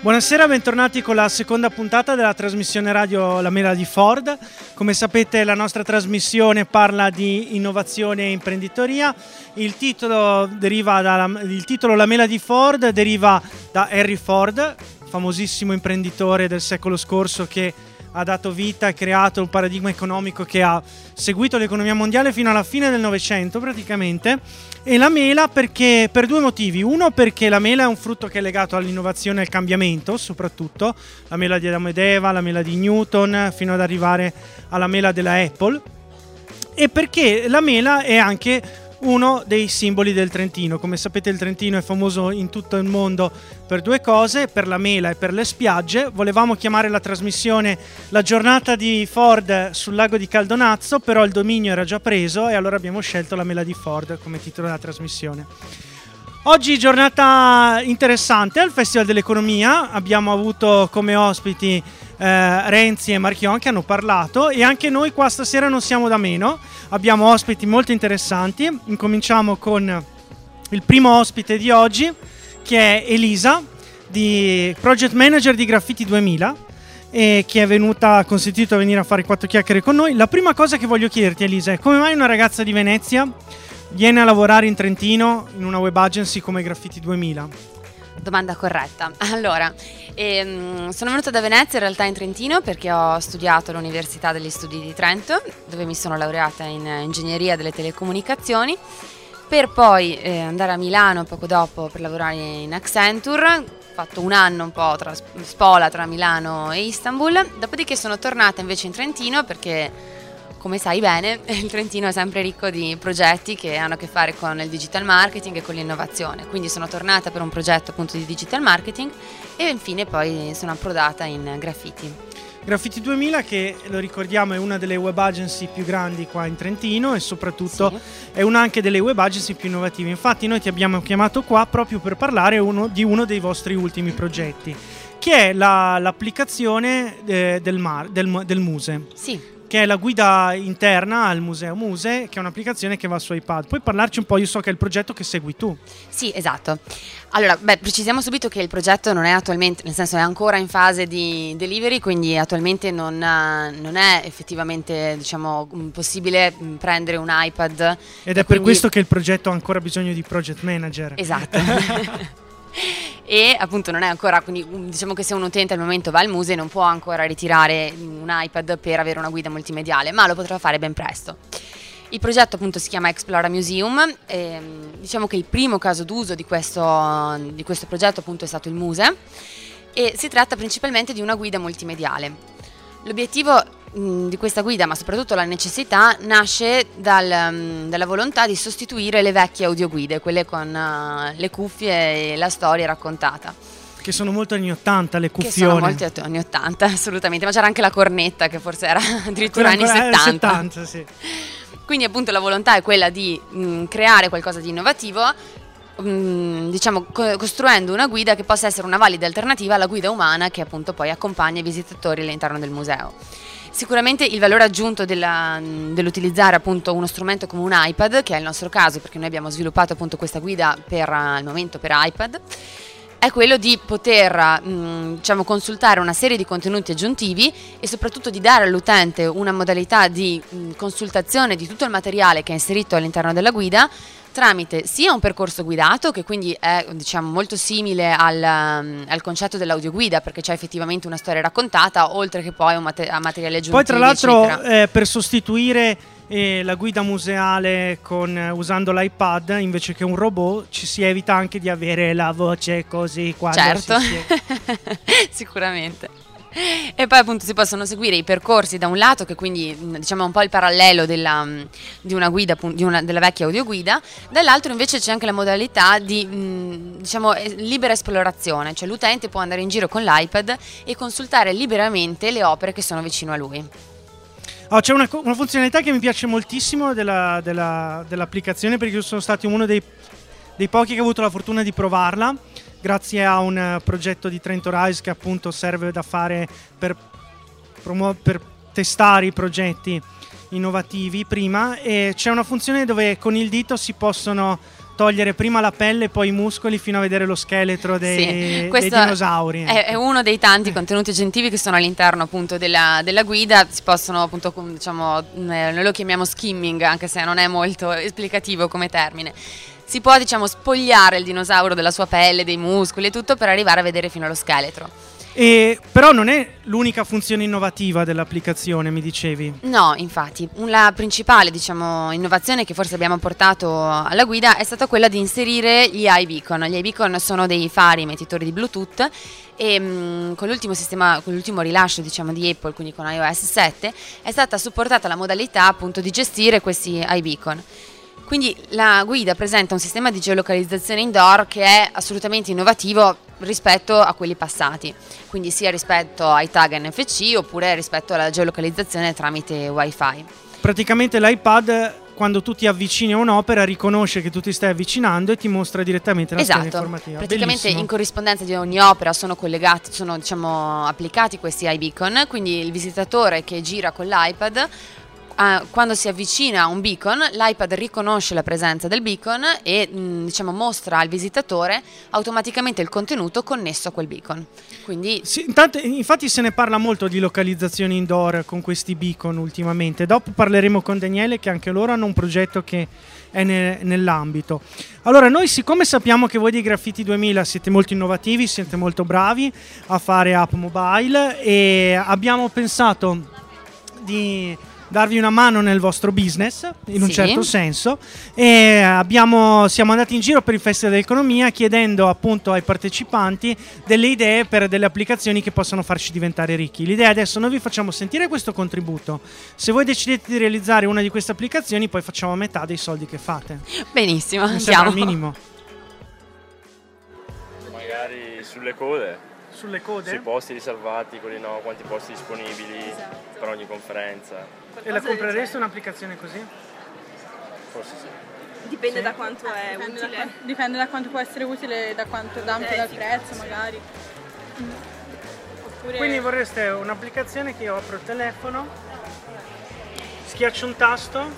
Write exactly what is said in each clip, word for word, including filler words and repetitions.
Buonasera, bentornati con la seconda puntata della trasmissione radio La Mela di Ford. Come sapete, la nostra trasmissione parla di innovazione e imprenditoria. Il titolo, deriva dalla, il titolo La Mela di Ford deriva da Henry Ford, famosissimo imprenditore del secolo scorso che ha dato vita e creato un paradigma economico che ha seguito l'economia mondiale fino alla fine del Novecento praticamente. E la mela perché per due motivi. Uno, perché la mela è un frutto che è legato all'innovazione e al cambiamento, soprattutto la mela di Adamo ed Eva, la mela di Newton, fino ad arrivare alla mela della Apple. E perché la mela è anche uno dei simboli del Trentino. Come sapete, il Trentino è famoso in tutto il mondo per due cose, per la mela e per le spiagge. Volevamo chiamare la trasmissione La giornata di Ford sul lago di Caldonazzo, però il dominio era già preso e allora abbiamo scelto La Mela di Ford come titolo della trasmissione. Oggi giornata interessante al Festival dell'Economia. Abbiamo avuto come ospiti eh, Renzi e Marchion che hanno parlato, e anche noi qua stasera non siamo da meno. Abbiamo ospiti molto interessanti. Incominciamo con il primo ospite di oggi, che è Elisa, di Project Manager di Graffiti duemila, e che è venuta, ha consentito di venire a fare quattro chiacchiere con noi. La prima cosa che voglio chiederti, Elisa, è come mai una ragazza di Venezia viene a lavorare in Trentino in una web agency come Graffiti duemila? Domanda corretta. Allora, ehm, sono venuta da Venezia, in realtà in Trentino, perché ho studiato all'Università degli Studi di Trento, dove mi sono laureata in ingegneria delle telecomunicazioni, per poi eh, andare a Milano poco dopo per lavorare in Accenture. Ho fatto un anno un po' tra spola tra Milano e Istanbul, dopodiché sono tornata invece in Trentino perché, come sai bene, il Trentino è sempre ricco di progetti che hanno a che fare con il digital marketing e con l'innovazione. Quindi sono tornata per un progetto appunto di digital marketing e infine poi sono approdata in Graffiti. Graffiti duemila, che lo ricordiamo è una delle web agency più grandi qua in Trentino e soprattutto sì, è una anche delle web agency più innovative. Infatti noi ti abbiamo chiamato qua proprio per parlare uno, di uno dei vostri ultimi progetti, che è la, l'applicazione eh, del, Mar, del, del Muse. Sì. Che è la guida interna al Museo Muse, che è un'applicazione che va su iPad. Puoi parlarci un po'? Io so che è il progetto che segui tu. Sì, esatto. Allora, beh, precisiamo subito che il progetto non è attualmente, nel senso è ancora in fase di delivery, quindi attualmente non, non è effettivamente, diciamo, possibile prendere un iPad. Ed è quindi per questo che il progetto ha ancora bisogno di project manager. Esatto. E appunto non è ancora, quindi diciamo che se un utente al momento va al Muse non può ancora ritirare un iPad per avere una guida multimediale, ma lo potrà fare ben presto. Il progetto appunto si chiama Explora Museum, e diciamo che il primo caso d'uso di questo, di questo progetto appunto è stato il Muse, e si tratta principalmente di una guida multimediale. L'obiettivo mh, di questa guida, ma soprattutto la necessità, nasce dal, mh, dalla volontà di sostituire le vecchie audioguide, quelle con uh, le cuffie e la storia raccontata. Che sono molto anni ottanta, le cuffione. Che sono molto anni ottanta, assolutamente, ma c'era anche la cornetta che forse era addirittura anni settanta. settanta, sì. Quindi appunto la volontà è quella di mh, creare qualcosa di innovativo, mh, diciamo co- costruendo una guida che possa essere una valida alternativa alla guida umana che appunto poi accompagna i visitatori all'interno del museo. Sicuramente il valore aggiunto della, dell'utilizzare appunto uno strumento come un iPad, che è il nostro caso perché noi abbiamo sviluppato appunto questa guida per al momento per iPad, è quello di poter mh, diciamo, consultare una serie di contenuti aggiuntivi e soprattutto di dare all'utente una modalità di mh, consultazione di tutto il materiale che è inserito all'interno della guida tramite sia un percorso guidato, che quindi è diciamo molto simile al, um, al concetto dell'audioguida, perché c'è effettivamente una storia raccontata, oltre che poi un mate- a materiali aggiuntivi. Poi tra l'altro eh, per sostituire eh, la guida museale con, eh, usando l'iPad invece che un robot, ci si evita anche di avere la voce così quando certo. si spiega. Sicuramente. E poi appunto si possono seguire i percorsi da un lato, che quindi diciamo è un po' il parallelo della, di una guida, di una, della vecchia audioguida, dall'altro invece c'è anche la modalità di mh, diciamo libera esplorazione, cioè l'utente può andare in giro con l'iPad e consultare liberamente le opere che sono vicino a lui. Oh, c'è una, una funzionalità che mi piace moltissimo della, della, dell'applicazione, perché io sono stato uno dei, dei pochi che ha avuto la fortuna di provarla, grazie a un progetto di Trento Rise che appunto serve da fare per, promu- per testare i progetti innovativi prima, e c'è una funzione dove con il dito si possono togliere prima la pelle e poi i muscoli fino a vedere lo scheletro dei, sì, dei dinosauri. È, è uno dei tanti contenuti aggiuntivi che sono all'interno appunto della, della guida. Si possono appunto, diciamo, noi lo chiamiamo skimming, anche se non è molto esplicativo come termine. Si può, diciamo, spogliare il dinosauro della sua pelle, dei muscoli e tutto per arrivare a vedere fino allo scheletro. E, però non è l'unica funzione innovativa dell'applicazione, mi dicevi? No, infatti, la principale, diciamo, innovazione che forse abbiamo portato alla guida è stata quella di inserire gli iBeacon. Gli iBeacon sono dei fari emettitori di Bluetooth e mh, con l'ultimo sistema, con l'ultimo rilascio, diciamo, di Apple, quindi con iOS sette, è stata supportata la modalità appunto di gestire questi iBeacon. Quindi la guida presenta un sistema di geolocalizzazione indoor che è assolutamente innovativo rispetto a quelli passati, quindi sia rispetto ai tag N F C oppure rispetto alla geolocalizzazione tramite Wi-Fi. Praticamente l'iPad, quando tu ti avvicini a un'opera, riconosce che tu ti stai avvicinando e ti mostra direttamente la esatto. scheda informativa. Praticamente Bellissimo. In corrispondenza di ogni opera sono collegati, sono, diciamo, applicati questi iBeacon, quindi il visitatore che gira con l'iPad, Uh, quando si avvicina a un beacon, l'iPad riconosce la presenza del beacon e mh, diciamo, mostra al visitatore automaticamente il contenuto connesso a quel beacon. Quindi sì, intanto, infatti se ne parla molto di localizzazione indoor con questi beacon ultimamente. Dopo parleremo con Daniele, che anche loro hanno un progetto che è ne, nell'ambito. Allora, noi, siccome sappiamo che voi di Graffiti duemila siete molto innovativi, siete molto bravi a fare app mobile, e abbiamo pensato di darvi una mano nel vostro business, in un sì. certo senso, e abbiamo, siamo andati in giro per il Festival dell'Economia chiedendo appunto ai partecipanti delle idee per delle applicazioni che possano farci diventare ricchi. L'idea adesso, noi vi facciamo sentire questo contributo. Se voi decidete di realizzare una di queste applicazioni, poi facciamo metà dei soldi che fate. Benissimo, Mi andiamo. sembra il minimo. Magari sulle code. Sulle code? Sui posti riservati, quelli no, quanti posti disponibili, esatto, per ogni conferenza. E la comprereste un'applicazione così? Forse sì. Dipende sì. da quanto è dipende utile. Da, dipende da quanto può essere utile e da quanto da anche dal prezzo magari. Mm. Oppure... Quindi vorreste un'applicazione che io apro il telefono, schiaccio un tasto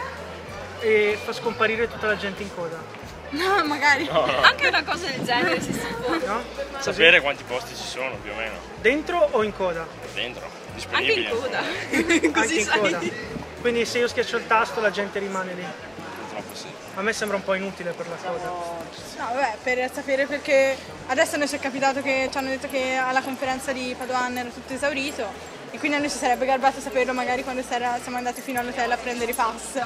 e fa scomparire tutta la gente in coda. No, magari. No, no. Anche una cosa del genere si può. No? Sapere quanti posti ci sono più o meno. Dentro o in coda? Dentro, Anche disponibili. in coda. Anche Così in sai. coda. Quindi se io schiaccio il tasto la gente rimane lì. Purtroppo sì. A me sembra un po' inutile per la coda. No, vabbè, per sapere, perché adesso a noi ci è capitato che ci hanno detto che alla conferenza di Padoan era tutto esaurito e quindi a noi ci sarebbe garbato saperlo magari quando siamo andati fino all'hotel a prendere i pass.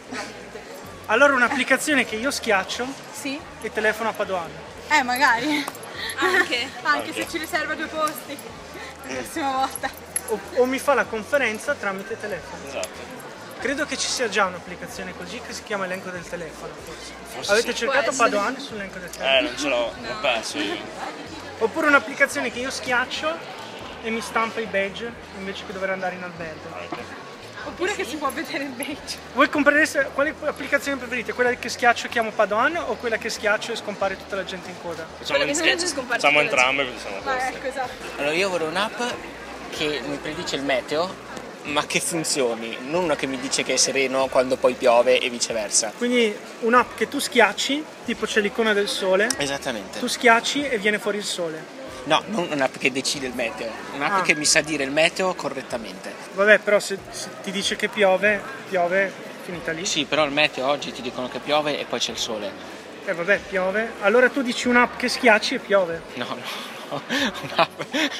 Allora un'applicazione che io schiaccio Sì? e telefono a Padoan. Eh, magari. Anche. Anche se ci riserva due posti la prossima volta. O, o mi fa la conferenza tramite telefono. Esatto. Credo che ci sia già un'applicazione così che si chiama elenco del telefono, forse. Forse Avete sì. cercato Può essere. Padoan sull'elenco del Eh, telefono? non ce l'ho, l'ho perso io. Oppure un'applicazione che io schiaccio e mi stampa i badge invece che dover andare in albergo. Oppure che si può vedere il badge. Voi comprereste, quale applicazione preferite? Quella che schiaccio e chiamo Padoan o quella che schiaccio e scompare tutta la gente in coda? Facciamo, Quello che schiacci scompare facciamo tutta la entrambe così siamo a Ma posto. ecco, esatto. Allora io vorrei un'app che mi predice il meteo, ma che funzioni, non una che mi dice che è sereno quando poi piove e viceversa. Quindi un'app che tu schiacci, tipo c'è l'icona del sole, Esattamente. tu schiacci e viene fuori il sole. No, non un'app che decide il meteo, un'app Ah. che mi sa dire il meteo correttamente. Vabbè, però se, se ti dice che piove, piove, finita lì. Sì, però il meteo oggi ti dicono che piove e poi c'è il sole. Eh vabbè, piove. Allora tu dici un'app che schiacci e piove. No, no, no. un'app,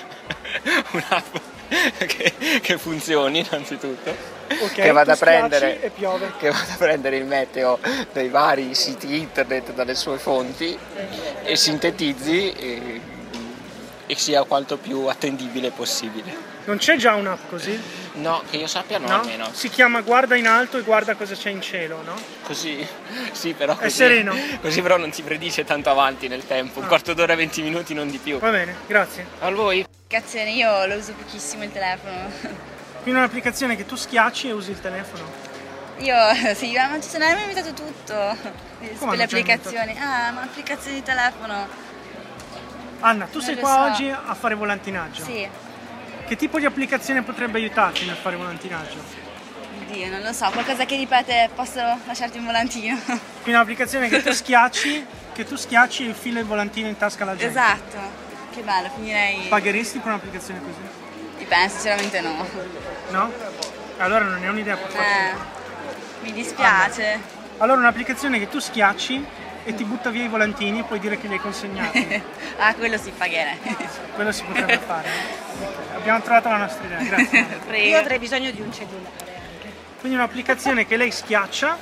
un'app che, che funzioni innanzitutto. Ok, che vada a tu schiacci prendere e piove. che vada a prendere il meteo dai vari siti internet, dalle sue fonti e sintetizzi e, e sia quanto più attendibile possibile. Non c'è già un'app così? No, che io sappia no, No? almeno. Si chiama guarda in alto e guarda cosa c'è in cielo, no? Così, sì, però così, sereno. Così però non ti predice tanto avanti nel tempo, un Ah. quarto d'ora, venti minuti, non di più. Va bene, grazie. A voi? Applicazione, io lo uso pochissimo il telefono. Quindi un'applicazione che tu schiacci e usi il telefono. Io, sì, ma ci sono mai inventato tutto Come per le hanno già applicazioni. Ah, ma applicazioni di telefono. Anna, tu Non sei lo qua so. oggi a fare volantinaggio. Sì. Che tipo di applicazione potrebbe aiutarti nel fare volantinaggio? Oddio, non lo so, qualcosa che ripete, posso lasciarti un volantino? Quindi un'applicazione che tu schiacci, che tu schiacci e infila il volantino in tasca alla gente. Esatto, che bello, finirei... Pagheresti per un'applicazione così? Dipende, sinceramente no. No? Allora non è un'idea per forza. Eh, mi dispiace. Allora un'applicazione che tu schiacci e ti butta via i volantini e puoi dire che li hai consegnati. Ah, quello si pagherei. Quello si potrebbe fare. Abbiamo trovato la nostra idea, grazie. Prego. Io avrei bisogno di un cellulare anche. Quindi un'applicazione che lei schiaccia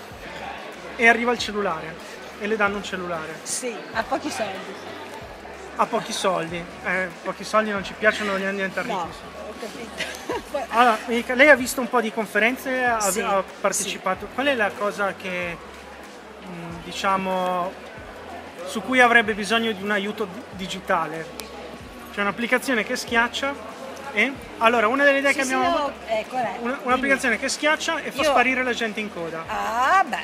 e arriva al cellulare e le danno un cellulare. Sì, a pochi soldi. A pochi soldi. Eh, pochi soldi non ci piacciono, vogliamo diventare ricchi. No, ho capito. Allora, Monica, lei ha visto un po' di conferenze, ha, Sì, ha partecipato. Qual è la cosa che, mh, diciamo, su cui avrebbe bisogno di un aiuto di- digitale? C'è un'applicazione che schiaccia e... Allora, una delle idee Sì, che sì, abbiamo ho- avuto... eh, qual è? una- un'applicazione che schiaccia e fa Io- sparire la gente in coda. Ah, beh.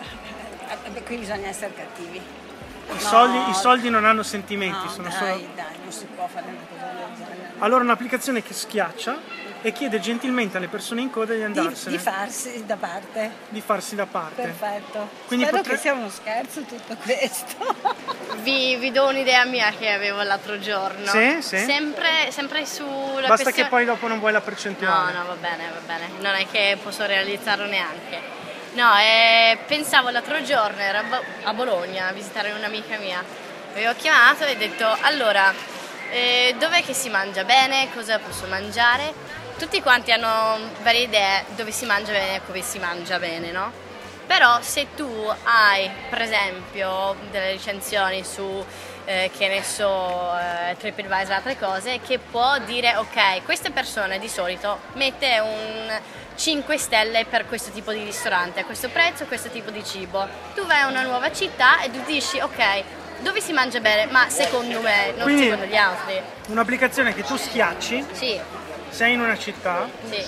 Eh, beh, qui bisogna essere cattivi. I, soldi, I soldi non hanno sentimenti, No, sono dai, solo... dai, non si può fare una cosa del genere. Allora un'applicazione che schiaccia e chiede gentilmente alle persone in coda di Di, andarsene, di farsi da parte. di farsi da parte. Perfetto. Quindi Spero potre- che sia uno scherzo tutto questo. Vi, vi do un'idea mia che avevo l'altro giorno. Sì, sì. Sempre, sempre sulla Basta questione... che poi dopo non vuoi la No, percentuale. no, va bene, va bene. Non è che posso realizzarlo neanche. No, eh, pensavo l'altro giorno, ero a Bo- a Bologna a visitare un'amica mia. Avevo chiamato e ho detto, allora, eh, dov'è che si mangia bene? Cosa posso mangiare? Tutti quanti hanno varie idee dove si mangia bene e come si mangia bene, no? Però se tu hai, per esempio, delle recensioni su, eh, che ne so, eh, TripAdvisor e altre cose, che può dire, ok, questa persona di solito mette un cinque stelle per questo tipo di ristorante, a questo prezzo, questo tipo di cibo. Tu vai a una nuova città e tu dici, ok, dove si mangia bene, ma secondo me, non Quindi- secondo gli altri. Un'applicazione che tu schiacci, Sì, sei in una città, sì.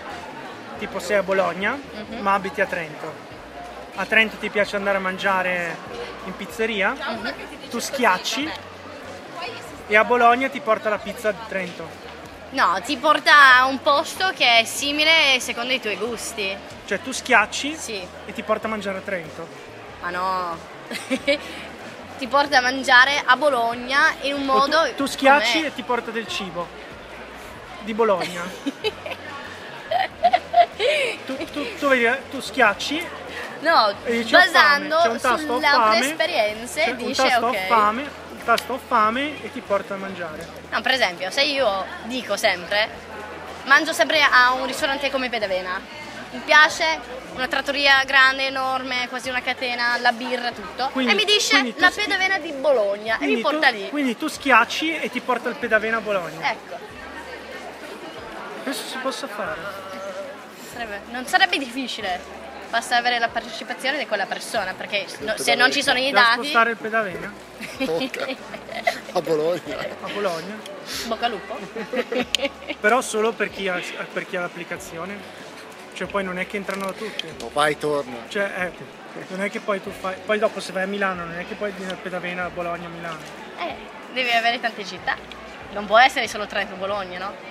tipo sei a Bologna, Mhm. ma abiti a Trento. A Trento ti piace andare a mangiare in pizzeria, tu schiacci e a Bologna ti porta la pizza di Trento. No, ti porta a un posto che è simile secondo i tuoi gusti. Cioè tu schiacci Sì, e ti porta a mangiare a Trento. ma no. Ti porta a mangiare a Bologna in un O modo... tu, tu schiacci com'è. e ti porta del cibo di Bologna. tu, tu, tu, vedi, tu schiacci No, e dici ho fame. basando C'è un tasto ho sulle altre fame, esperienze c'è un dice tasto ok. ho fame, il tasto ho fame e ti porta a mangiare. No, per esempio, se io dico sempre, mangio sempre a un ristorante come Pedavena, mi piace una trattoria grande, enorme, quasi una catena, la birra, tutto, Quindi- e mi dice quindi tu la schi- Pedavena di Bologna e mi Quindi porta tu, lì. quindi tu schiacci e ti porta il pedavena a Bologna. Ecco, Questo si possa fare. sarebbe- non sarebbe difficile. Basta avere la partecipazione di quella persona, perché no- se non ci sono i Devo dati... spostare il pedavena A Bologna. a Bologna. Bocca al lupo. Però solo per chi ha, per chi ha l'applicazione. Cioè poi non è che entrano tutti. No, vai, torna. Cioè, eh, non è che poi tu fai. Poi dopo se vai a Milano non è che poi vieni al pedavena a Bologna a Milano. Eh, devi avere tante città. Non può essere solo Trento Bologna, no?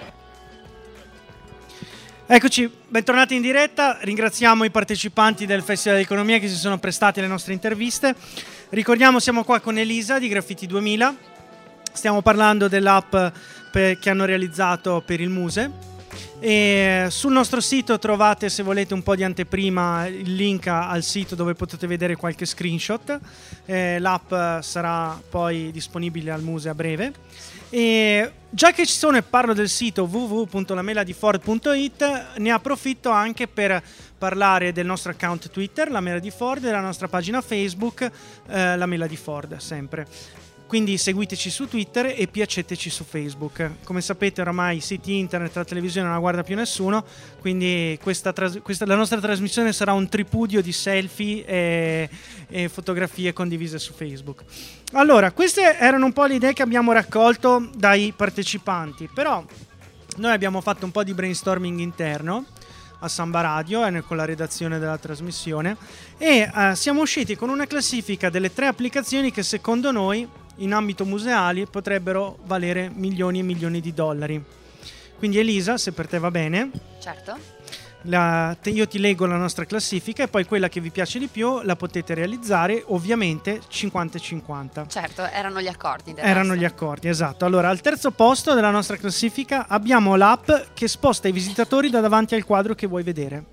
Eccoci, bentornati in diretta, ringraziamo i partecipanti del Festival dell'Economia che si sono prestati alle nostre interviste. Ricordiamo, siamo qua con Elisa di Graffiti duemila, stiamo parlando dell'app per- che hanno realizzato per il Muse e sul nostro sito trovate, se volete un po' di anteprima, il link a- al sito dove potete vedere qualche screenshot. Eh, l'app sarà poi disponibile al Muse a breve. E già che ci sono e parlo del sito w w w punto la mela di ford punto i t, ne approfitto anche per parlare del nostro account Twitter, La Mela di Ford, e della nostra pagina Facebook, eh, La Mela di Ford, sempre. Quindi seguiteci su Twitter e piaceteci su Facebook. Come sapete oramai i siti internet, la televisione non la guarda più nessuno, quindi questa tras- questa- la nostra trasmissione sarà un tripudio di selfie e, e fotografie condivise su Facebook. Allora, queste erano un po' le idee che abbiamo raccolto dai partecipanti, però noi abbiamo fatto un po' di brainstorming interno a Samba Radio e con la redazione della trasmissione e eh, siamo usciti con una classifica delle tre applicazioni che secondo noi in ambito museali potrebbero valere milioni e milioni di dollari. Quindi Elisa, se per te va bene, Certo. La, te, io ti leggo la nostra classifica e poi quella che vi piace di più la potete realizzare, ovviamente cinquanta e cinquanta. Certo, erano gli accordi. Erano gli accordi, esatto. Allora, al terzo posto della nostra classifica abbiamo l'app che sposta i visitatori da davanti al quadro che vuoi vedere.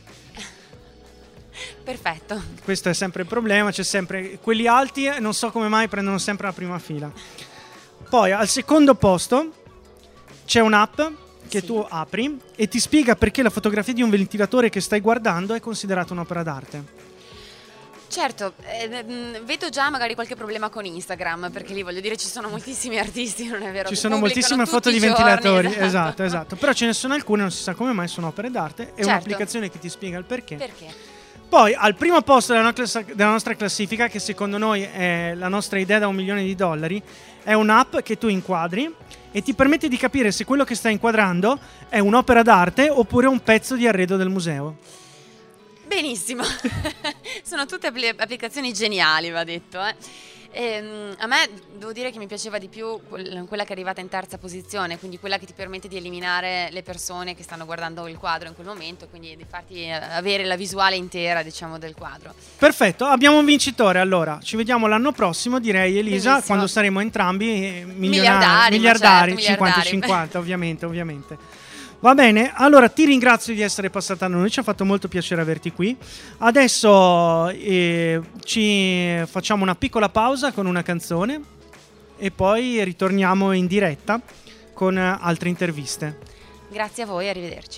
Perfetto. Questo è sempre il problema, c'è sempre quelli alti, non so come mai prendono sempre la prima fila. Poi al secondo posto c'è un'app che sì. tu apri e ti spiega perché la fotografia di un ventilatore che stai guardando è considerata un'opera d'arte. Certo, eh, vedo già magari qualche problema con Instagram, perché lì voglio dire ci sono moltissimi artisti, non è vero? Ci sono moltissime foto di giorni, ventilatori, esatto. esatto, esatto. Però ce ne sono alcune, non si sa come mai, sono opere d'arte. È certo. un'applicazione che ti spiega il perché. Perché? Poi al primo posto della, no- della nostra classifica, che secondo noi è la nostra idea da un milione di dollari, è un'app che tu inquadri e ti permette di capire se quello che stai inquadrando è un'opera d'arte oppure un pezzo di arredo del museo. Benissimo, sono tutte appli- applicazioni geniali, va detto. Eh. E, a me devo dire che mi piaceva di più quella che è arrivata in terza posizione, quindi quella che ti permette di eliminare le persone che stanno guardando il quadro in quel momento, quindi di farti avere la visuale intera, diciamo, del quadro. Perfetto, abbiamo un vincitore. Allora, ci vediamo l'anno prossimo, direi, Elisa. Benissimo. Quando saremo entrambi milionari, miliardari, miliardari certo, cinquanta e cinquanta, ovviamente, ovviamente. Va bene, allora ti ringrazio di essere passata da noi, ci ha fatto molto piacere averti qui. Adesso eh, ci facciamo una piccola pausa con una canzone e poi ritorniamo in diretta con altre interviste. Grazie a voi, arrivederci.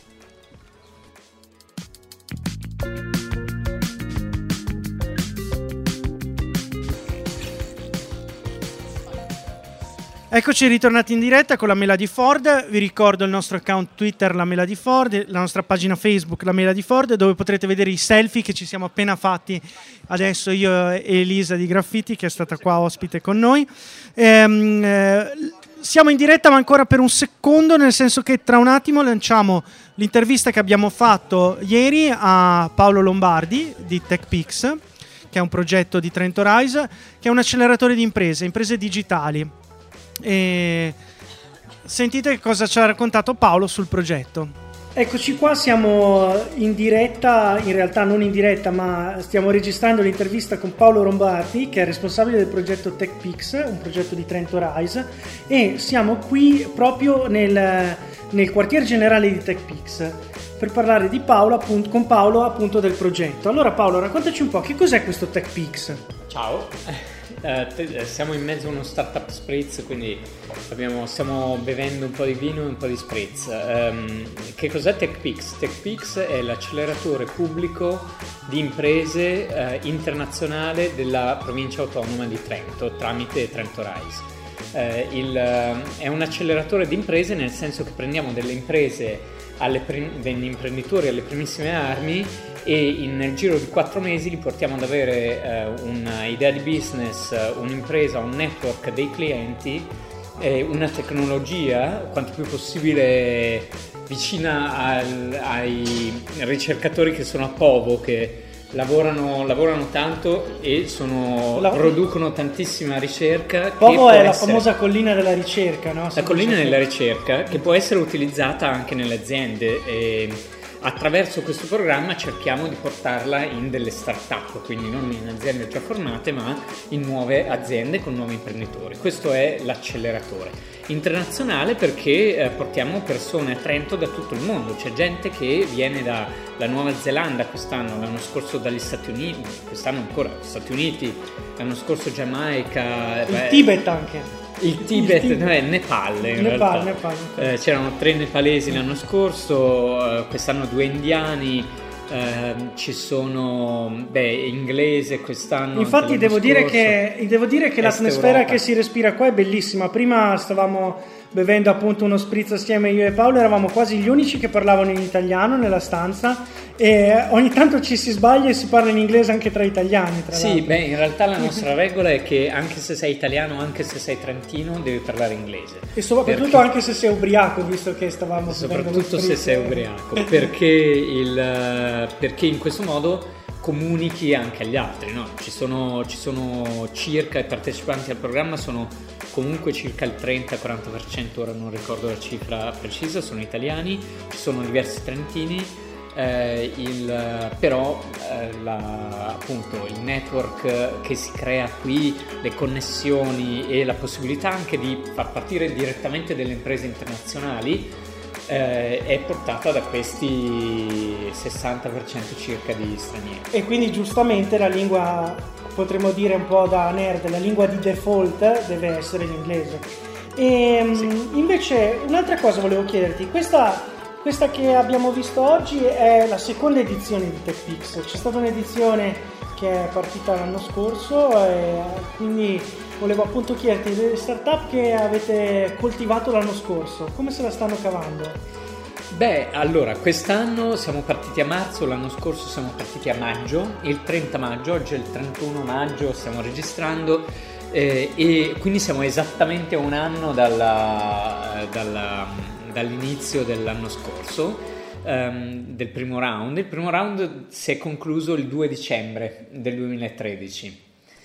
Eccoci ritornati in diretta con la Mela di Ford. Vi ricordo il nostro account Twitter, la Mela di Ford, la nostra pagina Facebook, la Mela di Ford, dove potrete vedere i selfie che ci siamo appena fatti adesso io e Elisa di Graffiti, che è stata qua ospite con noi. Ehm, eh, siamo in diretta ma ancora per un secondo, nel senso che tra un attimo lanciamo l'intervista che abbiamo fatto ieri a Paolo Lombardi di TechPix, che è un progetto di Trento Rise, che è un acceleratore di imprese, imprese digitali. E sentite cosa ci ha raccontato Paolo sul progetto. Eccoci qua, siamo in diretta, in realtà non in diretta, ma stiamo registrando l'intervista con Paolo Lombardi, che è responsabile del progetto TechPix, un progetto di Trento Rise, e siamo qui proprio nel, nel quartier generale di TechPix per parlare di Paolo, appunto, con Paolo appunto del progetto. Allora Paolo, raccontaci un po' che cos'è questo TechPix. Ciao. Uh, te, siamo in mezzo a uno startup spritz, quindi abbiamo, stiamo bevendo un po' di vino e un po' di spritz. Um, che cos'è TechPix? TechPix è l'acceleratore pubblico di imprese uh, internazionale della provincia autonoma di Trento tramite Trento Rise. Uh, il, uh, è un acceleratore di imprese, nel senso che prendiamo delle imprese, alle prim- degli imprenditori alle primissime armi, e in, nel giro di quattro mesi li portiamo ad avere eh, un'idea di business, un'impresa, un network dei clienti, eh, una tecnologia quanto più possibile vicina al, ai ricercatori che sono a Povo, che lavorano, lavorano tanto e sono, la... producono tantissima ricerca. Povo è la essere... famosa collina della ricerca, no? La collina della ricerca, che può essere utilizzata anche nelle aziende. E attraverso questo programma cerchiamo di portarla in delle start-up, quindi non in aziende già formate, ma in nuove aziende con nuovi imprenditori. Questo è l'acceleratore internazionale, perché eh, portiamo persone a Trento da tutto il mondo. C'è gente che viene dalla Nuova Zelanda quest'anno, l'anno scorso dagli Stati Uniti, quest'anno ancora Stati Uniti, l'anno scorso Giamaica, il beh, Tibet anche. Il Tibet, no, è Nepal in Nepal, realtà. Nepal. Eh, c'erano tre nepalesi l'anno scorso, eh, quest'anno due indiani, eh, ci sono beh, inglese quest'anno. Infatti devo dire, che, devo dire che l'atmosfera Europa. che si respira qua è bellissima. Prima stavamo bevendo appunto uno spritz assieme, io e Paolo eravamo quasi gli unici che parlavano in italiano nella stanza, e ogni tanto ci si sbaglia e si parla in inglese anche tra italiani, tra sì, l'altro. Beh, in realtà la nostra regola è che anche se sei italiano, anche se sei trentino, devi parlare inglese. E soprattutto perché... anche se sei ubriaco, visto che stavamo soprattutto se sei ubriaco, perché, il, perché in questo modo comunichi anche agli altri, no? Ci sono, ci sono circa, i partecipanti al programma sono comunque circa il trenta quaranta per cento, ora non ricordo la cifra precisa, sono italiani, ci sono diversi trentini, eh, il, però eh, la, appunto il network che si crea qui, le connessioni e la possibilità anche di far partire direttamente delle imprese internazionali Eh, è portata da questi sessanta per cento circa di stranieri. E quindi giustamente la lingua, potremmo dire un po' da nerd, la lingua di default deve essere l'inglese. E sì. Invece un'altra cosa volevo chiederti, questa, questa che abbiamo visto oggi è la seconda edizione di TechPix. C'è stata un'edizione che è partita l'anno scorso e quindi volevo appunto chiederti le startup che avete coltivato l'anno scorso, come se la stanno cavando? Beh, allora, quest'anno siamo partiti a marzo, l'anno scorso siamo partiti a maggio, il trenta maggio, oggi è il trentuno maggio, stiamo registrando eh, e quindi siamo esattamente a un anno dalla, dalla, dall'inizio dell'anno scorso, um, del primo round. Il primo round si è concluso il due dicembre del duemilatredici.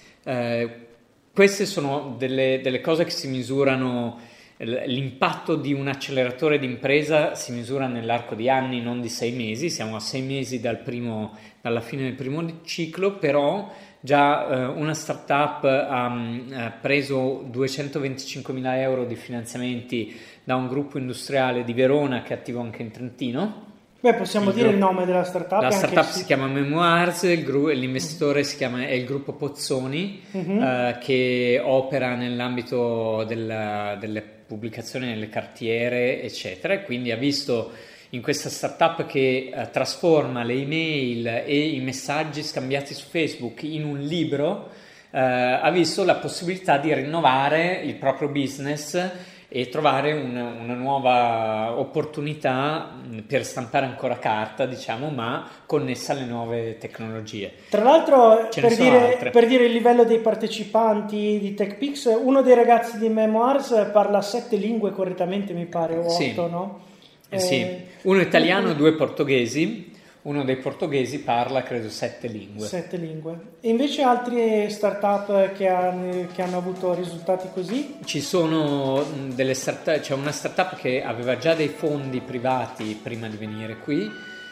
Uh, Queste sono delle, delle cose che si misurano, l'impatto di un acceleratore d'impresa si misura nell'arco di anni, non di sei mesi, siamo a sei mesi dal primo, dalla fine del primo ciclo, però già eh, una startup ha, ha preso duecentoventicinquemila euro di finanziamenti da un gruppo industriale di Verona che è attivo anche in Trentino. Beh, possiamo il dire gruppo, il nome della startup? La startup si chiama Memoirs, il gru- l'investitore si chiama, è il gruppo Pozzoni, uh-huh. eh, che opera nell'ambito della, delle pubblicazioni nelle cartiere, eccetera, e quindi ha visto in questa startup che eh, trasforma le email e i messaggi scambiati su Facebook in un libro, eh, ha visto la possibilità di rinnovare il proprio business e trovare una, una nuova opportunità per stampare ancora carta, diciamo, ma connessa alle nuove tecnologie. Tra l'altro, per dire, per dire il livello dei partecipanti di TechPix, uno dei ragazzi di Memoirs parla sette lingue correttamente, mi pare, o otto, sì. no? Eh, sì, uno italiano, due portoghesi. Uno dei portoghesi parla, credo, sette lingue. Sette lingue. E invece altre startup che hanno, che hanno avuto risultati così? Ci sono delle startup, c'è una startup che aveva già dei fondi privati prima di venire qui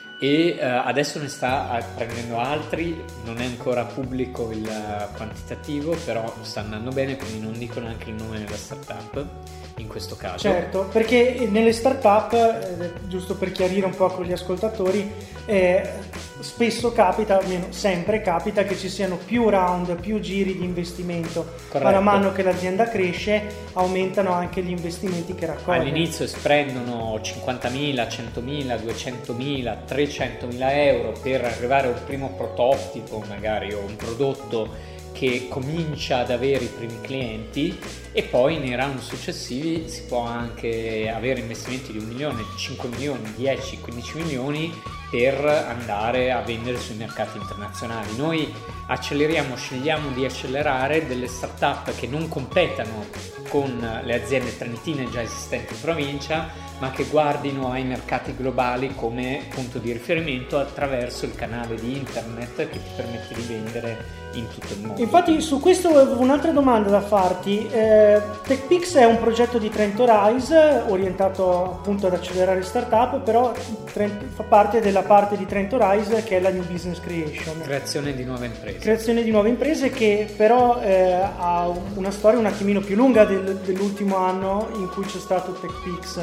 e uh, adesso ne sta prendendo altri, non è ancora pubblico il quantitativo, però sta andando bene, quindi non dico neanche il nome della startup in questo caso. Certo, perché nelle startup, eh, giusto per chiarire un po' con gli ascoltatori, eh, spesso capita, almeno sempre capita, che ci siano più round, più giri di investimento. Corretto. Man mano che l'azienda cresce aumentano anche gli investimenti che raccoglie. All'inizio sprendono cinquantamila, centomila, duecentomila, trecentomila euro per arrivare a un primo prototipo magari o un prodotto che comincia ad avere i primi clienti, e poi nei round successivi si può anche avere investimenti di un milione, cinque milioni, dieci, quindici milioni per andare a vendere sui mercati internazionali. Noi acceleriamo, scegliamo di accelerare delle startup che non competano con le aziende trentine già esistenti in provincia, ma che guardino ai mercati globali come punto di riferimento attraverso il canale di internet che ti permette di vendere in tutto il mondo. Infatti su questo avevo un'altra domanda da farti. eh, TechPix è un progetto di Trento Rise orientato appunto ad accelerare startup, però Trento, fa parte della parte di Trento Rise che è la New Business Creation, creazione di nuove imprese creazione di nuove imprese che però eh, ha una storia un attimino più lunga del, dell'ultimo anno in cui c'è stato TechPix.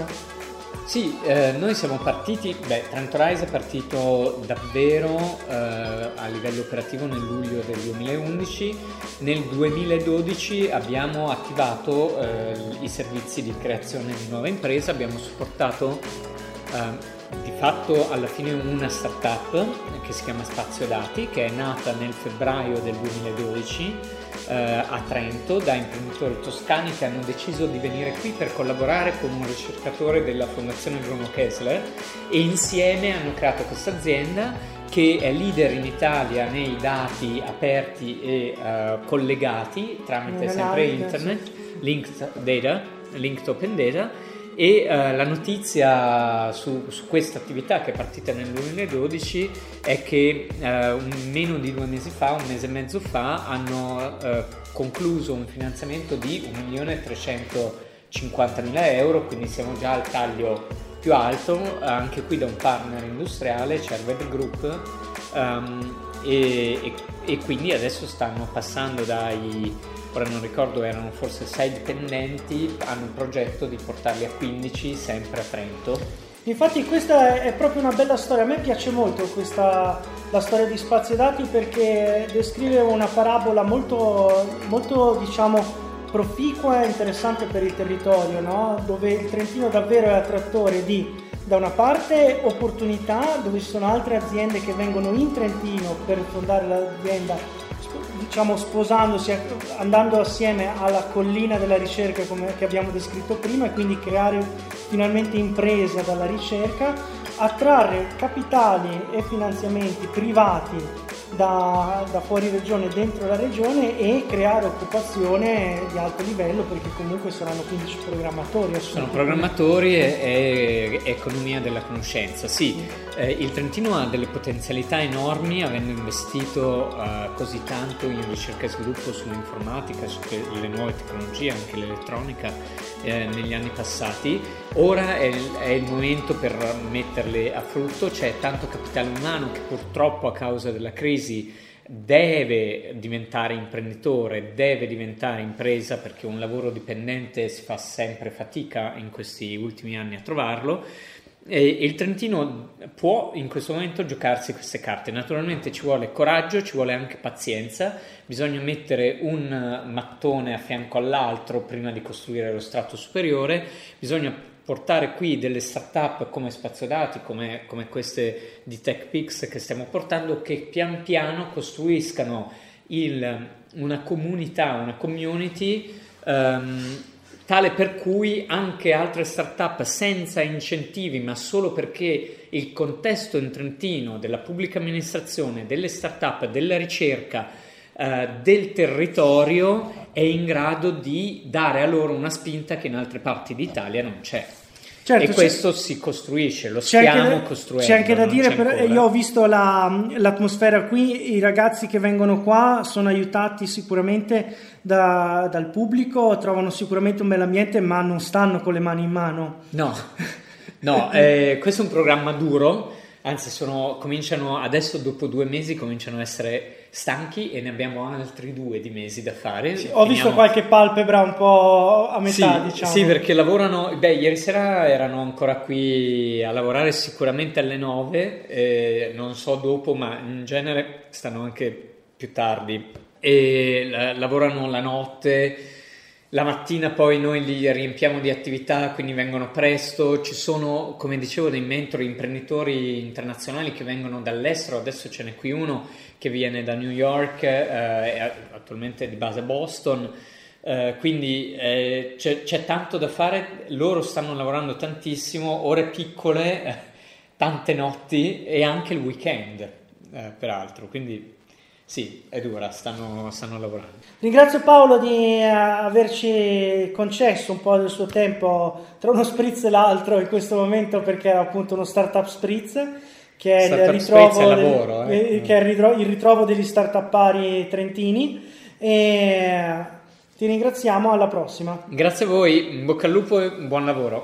Sì, eh, noi siamo partiti, beh, Trento Rise è partito davvero eh, a livello operativo nel luglio del duemilaundici, nel duemiladodici abbiamo attivato eh, i servizi di creazione di nuove imprese, abbiamo supportato eh, di fatto alla fine una startup che si chiama Spazio Dati, che è nata nel febbraio del duemiladodici eh, a Trento da imprenditori toscani che hanno deciso di venire qui per collaborare con un ricercatore della Fondazione Bruno Kessler, e insieme hanno creato questa azienda che è leader in Italia nei dati aperti e uh, collegati tramite sempre internet, linked data, linked open data, E uh, la notizia su, su questa attività, che è partita nel duemiladodici, è che uh, un, meno di due mesi fa, un mese e mezzo fa, hanno uh, concluso un finanziamento di un milione trecentocinquantamila euro, quindi siamo già al taglio più alto, anche qui da un partner industriale, cioè Red Group, um, e, e, e quindi adesso stanno passando dai, ora non ricordo, erano forse sei dipendenti, hanno un progetto di portarli a quindici, sempre a Trento. Infatti questa è proprio una bella storia, a me piace molto questa, la storia di Spazio Dati, perché descrive una parabola molto, molto diciamo proficua e interessante per il territorio, no? Dove il Trentino davvero è attrattore di, da una parte, opportunità, dove ci sono altre aziende che vengono in Trentino per fondare l'azienda, diciamo sposandosi, andando assieme alla collina della ricerca come che abbiamo descritto prima, e quindi creare finalmente impresa dalla ricerca, attrarre capitali e finanziamenti privati da, da fuori regione dentro la regione e creare occupazione di alto livello, perché comunque saranno quindici programmatori. Sono programmatori e, e economia della conoscenza, sì. Eh, il Trentino ha delle potenzialità enormi, avendo investito uh, così tanto in ricerca e sviluppo sull'informatica, sulle nuove tecnologie, anche l'elettronica, eh, negli anni passati. Ora è, è il momento per metterle a frutto, c'è tanto capitale umano che purtroppo a causa della crisi deve diventare imprenditore, deve diventare impresa, perché un lavoro dipendente si fa sempre fatica in questi ultimi anni a trovarlo. E il Trentino può in questo momento giocarsi queste carte. Naturalmente ci vuole coraggio, ci vuole anche pazienza, bisogna mettere un mattone a fianco all'altro prima di costruire lo strato superiore, bisogna portare qui delle start-up come Spazio Dati, come, come queste di TechPix che stiamo portando, che pian piano costruiscano il, una comunità, una community um, tale per cui anche altre start-up senza incentivi, ma solo perché il contesto in Trentino della pubblica amministrazione, delle start-up, della ricerca, eh, del territorio è in grado di dare a loro una spinta che in altre parti d'Italia non c'è. Certo, e questo si costruisce, lo stiamo da, costruendo. C'è anche da dire, per, io ho visto la, l'atmosfera qui, i ragazzi che vengono qua sono aiutati sicuramente da, dal pubblico, trovano sicuramente un bel ambiente, ma non stanno con le mani in mano. No, no eh, questo è un programma duro, anzi sono, cominciano adesso, dopo due mesi cominciano a essere stanchi e ne abbiamo altri due di mesi da fare. Sì, ho visto qualche palpebra un po' a metà, sì, diciamo. Sì, perché lavorano, beh, ieri sera erano ancora qui a lavorare sicuramente alle nove, eh, non so dopo, ma in genere stanno anche più tardi, e la, lavorano la notte. La mattina poi noi li riempiamo di attività, quindi vengono presto. Ci sono, come dicevo, dei mentori imprenditori internazionali che vengono dall'estero. Adesso ce n'è qui uno che viene da New York, eh, attualmente di base a Boston. Eh, quindi eh, c'è, c'è tanto da fare. Loro stanno lavorando tantissimo, ore piccole, eh, tante notti e anche il weekend, eh, peraltro. Quindi sì, è dura, stanno, stanno lavorando. Ringrazio Paolo di averci concesso un po' del suo tempo tra uno spritz e l'altro in questo momento, perché era appunto uno startup spritz, che è, il ritrovo, è, lavoro, eh. eh, che è il ritrovo, il ritrovo degli startuppari trentini, e ti ringraziamo, alla prossima. Grazie a voi, in bocca al lupo e buon lavoro.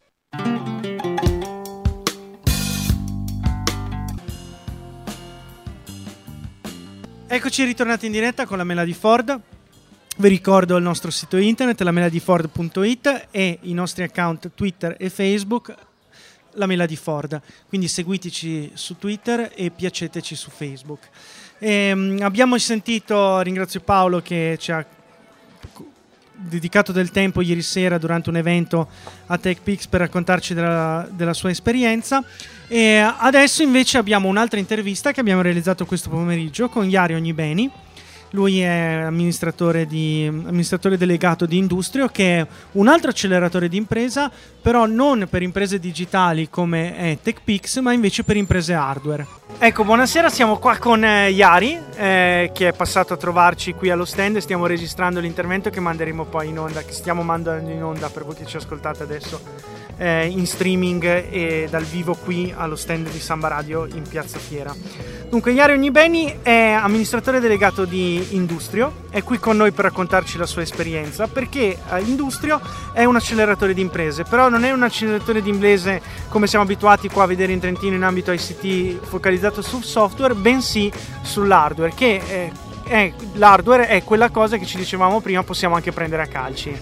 Eccoci ritornati in diretta con la Mela di Ford. Vi ricordo il nostro sito internet, la mela di ford punto it, e i nostri account Twitter e Facebook, la Mela di Ford. Quindi seguiteci su Twitter e piaceteci su Facebook. E, um, abbiamo sentito, ringrazio Paolo che ci ha dedicato del tempo ieri sera durante un evento a TechPix per raccontarci della, della sua esperienza. E adesso invece abbiamo un'altra intervista che abbiamo realizzato questo pomeriggio con Ilario Ognibeni, Lui è amministratore, di, amministratore delegato di Industrio, che è un altro acceleratore di impresa, però non per imprese digitali come è TechPix, ma invece per imprese hardware. Ecco, buonasera, siamo qua con eh, Jari, eh, che è passato a trovarci qui allo stand. Stiamo registrando l'intervento che manderemo poi in onda, che stiamo mandando in onda per voi che ci ascoltate adesso eh, in streaming e dal vivo qui allo stand di Samba Radio in Piazza Fiera. Dunque, Jari Ognibeni è amministratore delegato di Industrio, è qui con noi per raccontarci la sua esperienza, perché eh, Industrio è un acceleratore di imprese, però non è un acceleratore di imprese come siamo abituati qua a vedere in Trentino in ambito I C T focalizzato sul software, bensì sull'hardware, che è, è, l'hardware è quella cosa che ci dicevamo prima possiamo anche prendere a calci.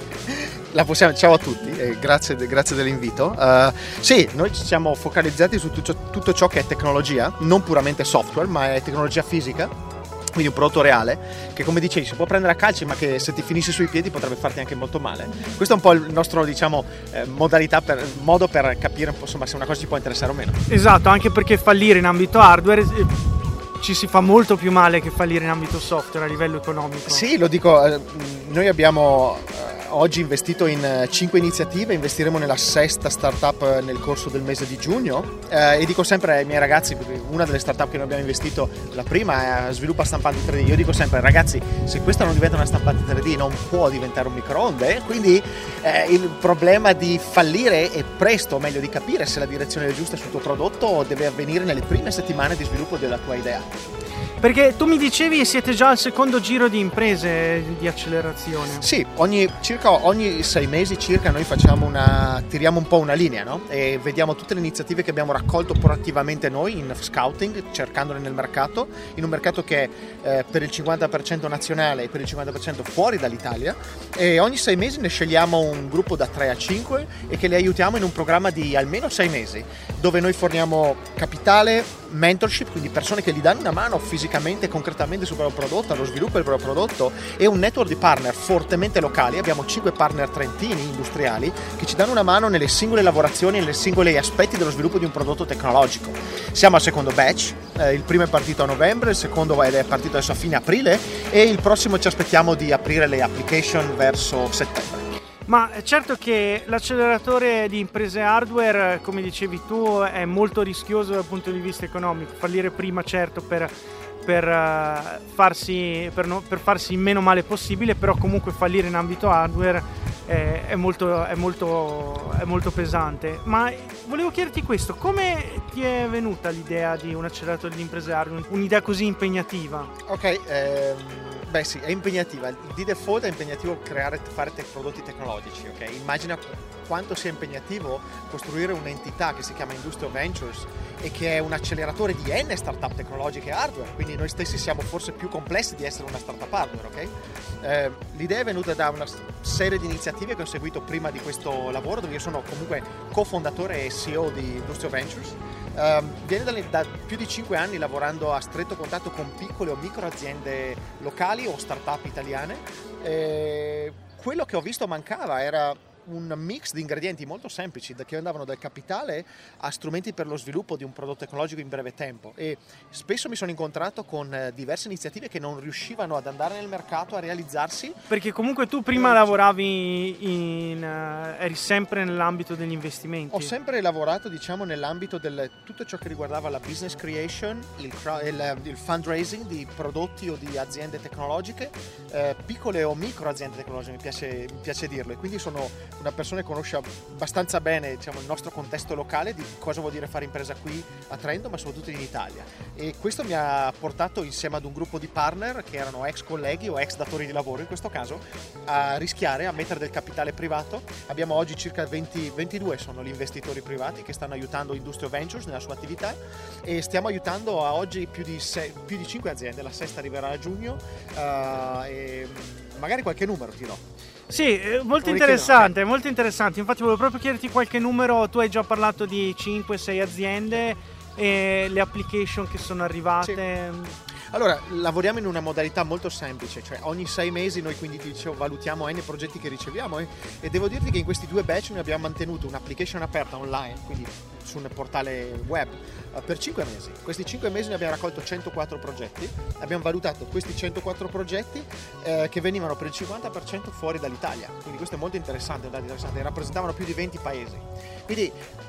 La possiamo, ciao a tutti, eh, grazie, grazie dell'invito. Uh, sì, noi ci siamo focalizzati su tutto, tutto ciò che è tecnologia, non puramente software, ma è tecnologia fisica, quindi un prodotto reale, che come dicevi si può prendere a calci, ma che se ti finisci sui piedi potrebbe farti anche molto male. Questo è un po' il nostro, diciamo, eh, modalità per, modo per capire insomma, se una cosa ci può interessare o meno. Esatto, anche perché fallire in ambito hardware eh, ci si fa molto più male che fallire in ambito software a livello economico. Sì, lo dico, eh, noi abbiamo oggi investito in cinque iniziative, investiremo nella sesta startup nel corso del mese di giugno eh, e dico sempre ai miei ragazzi, perché una delle startup che noi abbiamo investito, la prima è sviluppa stampanti tre D, io dico sempre ragazzi, se questa non diventa una stampante tre D non può diventare un microonde, quindi eh, il problema di fallire è presto, o meglio di capire se la direzione è giusta sul tuo prodotto deve avvenire nelle prime settimane di sviluppo della tua idea. Perché tu mi dicevi siete già al secondo giro di imprese di accelerazione. Sì, ogni, circa ogni sei mesi circa noi facciamo una, tiriamo un po' una linea, no? E vediamo tutte le iniziative che abbiamo raccolto proattivamente noi in scouting, cercandole nel mercato, in un mercato che è eh, per il cinquanta per cento nazionale e per il cinquanta per cento fuori dall'Italia, e ogni sei mesi ne scegliamo un gruppo da tre a cinque e che li aiutiamo in un programma di almeno sei mesi, dove noi forniamo capitale, mentorship, quindi persone che gli danno una mano fisicamente e concretamente sul proprio prodotto, allo sviluppo del proprio prodotto, e un network di partner fortemente locali. Abbiamo cinque partner trentini industriali che ci danno una mano nelle singole lavorazioni e nei singoli aspetti dello sviluppo di un prodotto tecnologico. Siamo al secondo batch, eh, il primo è partito a novembre, il secondo è partito adesso a fine aprile e il prossimo ci aspettiamo di aprire le application verso settembre. Ma certo che l'acceleratore di imprese hardware, come dicevi tu, è molto rischioso dal punto di vista economico. Fallire prima, certo, per, per, uh, farsi, per, no, per farsi il meno male possibile, però comunque fallire in ambito hardware è, è, molto, è, molto, è molto pesante. Ma volevo chiederti questo, come ti è venuta l'idea di un acceleratore di imprese hardware, un'idea così impegnativa? Ok, ehm... Beh sì, è impegnativa, di default è impegnativo creare, fare te- prodotti tecnologici, ok? Immagina quanto sia impegnativo costruire un'entità che si chiama Industrio Ventures e che è un acceleratore di N startup tecnologiche e hardware, quindi noi stessi siamo forse più complessi di essere una startup hardware, ok? Eh, l'idea è venuta da una serie di iniziative che ho seguito prima di questo lavoro, dove io sono comunque cofondatore e C E O di Industrio Ventures. Uh, viene da, da più di cinque anni lavorando a stretto contatto con piccole o micro aziende locali o start-up italiane. E quello che ho visto mancava era un mix di ingredienti molto semplici che andavano dal capitale a strumenti per lo sviluppo di un prodotto tecnologico in breve tempo, e spesso mi sono incontrato con diverse iniziative che non riuscivano ad andare nel mercato a realizzarsi. Perché comunque tu prima lavoravi in uh, eri sempre nell'ambito degli investimenti. Ho sempre lavorato, diciamo, nell'ambito del tutto ciò che riguardava la business creation, il, il, il fundraising di prodotti o di aziende tecnologiche, eh, piccole o micro aziende tecnologiche, mi piace, mi piace dirlo, e quindi sono una persona che conosce abbastanza bene, diciamo, il nostro contesto locale, di cosa vuol dire fare impresa qui a Trento, ma soprattutto in Italia. E questo mi ha portato, insieme ad un gruppo di partner che erano ex colleghi o ex datori di lavoro in questo caso, a rischiare, a mettere del capitale privato. Abbiamo oggi circa venti, ventidue sono gli investitori privati che stanno aiutando Industrio Ventures nella sua attività, e stiamo aiutando a oggi più di, sei, più di cinque aziende. La sesta arriverà a giugno, uh, e magari qualche numero ti do. Sì, molto interessante, molto interessante. Infatti volevo proprio chiederti qualche numero. Tu hai già parlato di cinque sei aziende e le application che sono arrivate. Sì. Allora, lavoriamo in una modalità molto semplice, cioè ogni sei mesi noi quindi ti dicevo, valutiamo N progetti che riceviamo, eh, e devo dirti che in questi due batch noi abbiamo mantenuto un'application aperta online, quindi su un portale web uh, per cinque mesi. Questi cinque mesi noi abbiamo raccolto centoquattro progetti, abbiamo valutato questi centoquattro progetti eh, che venivano per il cinquanta per cento fuori dall'Italia, quindi questo è molto interessante, interessante, rappresentavano più di venti paesi. Quindi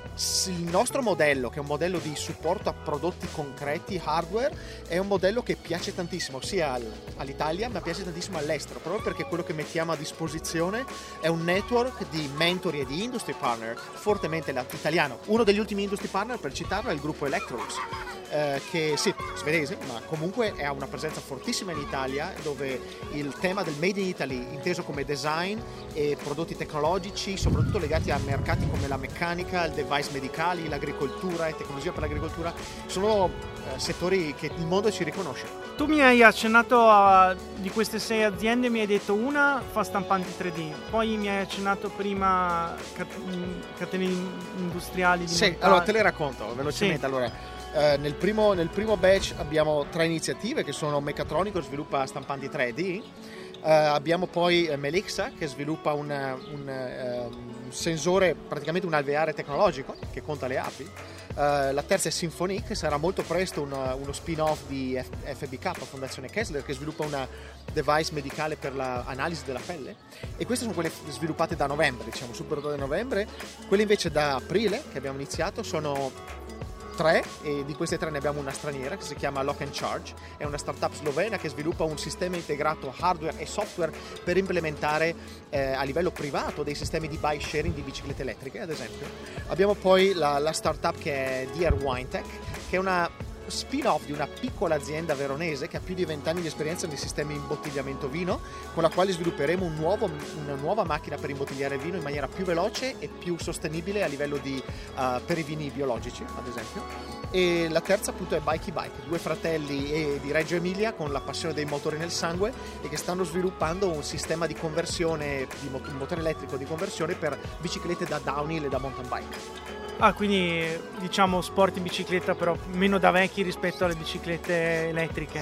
il nostro modello, che è un modello di supporto a prodotti concreti, hardware, è un modello che piace tantissimo sia all'Italia ma piace tantissimo all'estero, proprio perché quello che mettiamo a disposizione è un network di mentori e di industry partner fortemente italiano. Uno degli ultimi industry partner, per citarlo, è il gruppo Electrolux, eh, che sì, svedese, ma comunque ha una presenza fortissima in Italia, dove il tema del Made in Italy, inteso come design e prodotti tecnologici, soprattutto legati a mercati come la meccanica, il device medicali, l'agricoltura e tecnologia per l'agricoltura, sono eh, settori che il mondo ci riconosce. Tu mi hai accennato a, di queste sei aziende, mi hai detto una fa stampanti tre D, poi mi hai accennato prima cat- catene industriali di Sì, montaggio. allora te le racconto velocemente. Sì. Allora, eh, nel, primo, nel primo batch abbiamo tre iniziative che sono Mechatronico, sviluppa stampanti tre D, Uh, abbiamo poi uh, Melixa, che sviluppa un, un, uh, un sensore, praticamente un alveare tecnologico che conta le api. Uh, la terza è Symphony, che sarà molto presto un, uno spin-off di F- F B K, Fondazione Kessler, che sviluppa una device medicale per l'analisi della pelle. E queste sono quelle sviluppate da novembre, diciamo, sul prodotto di novembre. Quelle invece da aprile, che abbiamo iniziato, sono tre, e di queste tre ne abbiamo una straniera che si chiama Lock and Charge. È una startup slovena che sviluppa un sistema integrato hardware e software per implementare eh, a livello privato dei sistemi di bike sharing di biciclette elettriche, ad esempio. Abbiamo poi la, la startup che è D R Winetech, che è una spin-off di una piccola azienda veronese che ha più di venti anni di esperienza nei sistemi di imbottigliamento vino, con la quale svilupperemo un nuovo, una nuova macchina per imbottigliare vino in maniera più veloce e più sostenibile a livello di uh, per i vini biologici, ad esempio. E la terza appunto è Bikey Bike, due fratelli e di Reggio Emilia con la passione dei motori nel sangue e che stanno sviluppando un sistema di conversione, di mot- un motore elettrico di conversione per biciclette da downhill e da mountain bike. Ah, quindi diciamo sport in bicicletta, però meno da vecchi rispetto alle biciclette elettriche.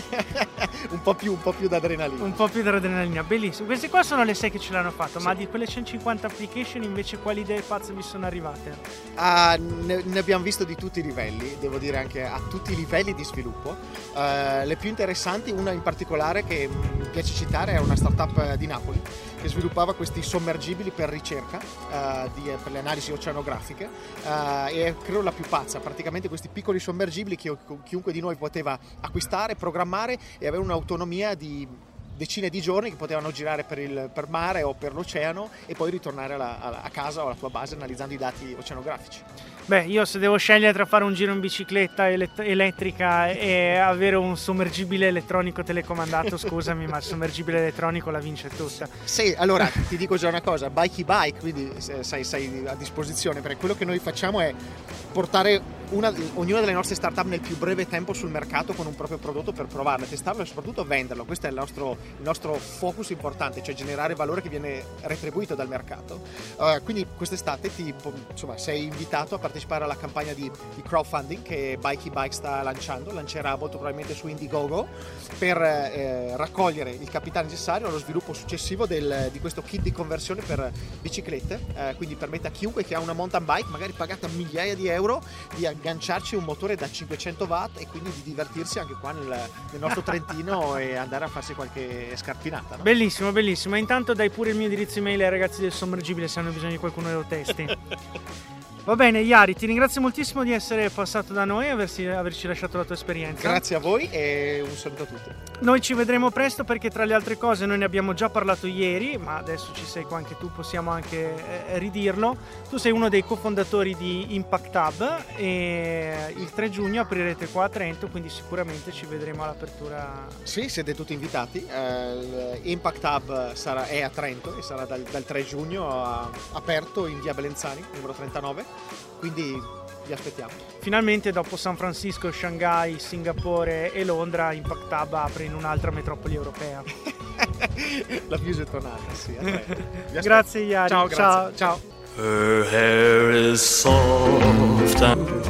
un po' più un po' più d'adrenalina. Un po' più d'adrenalina, bellissimo. Queste qua sono le sei che ce l'hanno fatto, sì. Ma di quelle centocinquanta application invece quali idee pazze vi sono arrivate? Uh, ne, ne abbiamo visto di tutti i livelli, devo dire anche a tutti i livelli di sviluppo. Uh, le più interessanti, una in particolare che mi piace citare, è una startup di Napoli che sviluppava questi sommergibili per ricerca, uh, di, per le analisi oceanografiche, uh, e credo la più pazza, praticamente questi piccoli sommergibili che chiunque di noi poteva acquistare, programmare e avere un'autonomia di decine di giorni che potevano girare per il per mare o per l'oceano e poi ritornare alla, alla, a casa o alla tua base analizzando i dati oceanografici. Beh, io se devo scegliere tra fare un giro in bicicletta elett- elettrica e avere un sommergibile elettronico telecomandato, scusami, ma il sommergibile elettronico la vince tutta. Sì, allora ti dico già una cosa, Bikey Bike, quindi sei, sei a disposizione, perché quello che noi facciamo è portare una, ognuna delle nostre startup nel più breve tempo sul mercato con un proprio prodotto per provarlo, testarlo e soprattutto venderlo. Questo è il nostro, il nostro focus importante, cioè generare valore che viene retribuito dal mercato. Uh, quindi quest'estate ti, insomma, sei invitato a partecipare alla campagna di, di crowdfunding che Bikey Bike sta lanciando, lancerà molto probabilmente su Indiegogo, per eh, raccogliere il capitale necessario allo sviluppo successivo del, di questo kit di conversione per biciclette, eh, quindi permette a chiunque che ha una mountain bike, magari pagata migliaia di euro, di agganciarci un motore da cinquecento watt e quindi di divertirsi anche qua nel, nel nostro Trentino e andare a farsi qualche scarpinata, no? Bellissimo, bellissimo. Intanto dai pure il mio indirizzo email ai ragazzi del sommergibile se hanno bisogno di qualcuno che lo testi. Va bene, Jari, ti ringrazio moltissimo di essere passato da noi e averci, averci lasciato la tua esperienza. Grazie a voi e un saluto a tutti. Noi ci vedremo presto perché tra le altre cose noi ne abbiamo già parlato ieri, ma adesso ci sei qua anche tu, possiamo anche eh, ridirlo. Tu sei uno dei cofondatori di Impact Hub e il tre giugno aprirete qua a Trento, quindi sicuramente ci vedremo all'apertura. Sì, siete tutti invitati. Uh, Impact Hub sarà, è a Trento e sarà dal, dal tre giugno a, aperto in via Belenzani, numero trentanove. Quindi vi aspettiamo. Finalmente dopo San Francisco, Shanghai, Singapore e Londra, Impact Hub apre in un'altra metropoli europea. La più gettonata, sì. Grazie Iari. Ciao, grazie. Ciao. Her hair is soft and...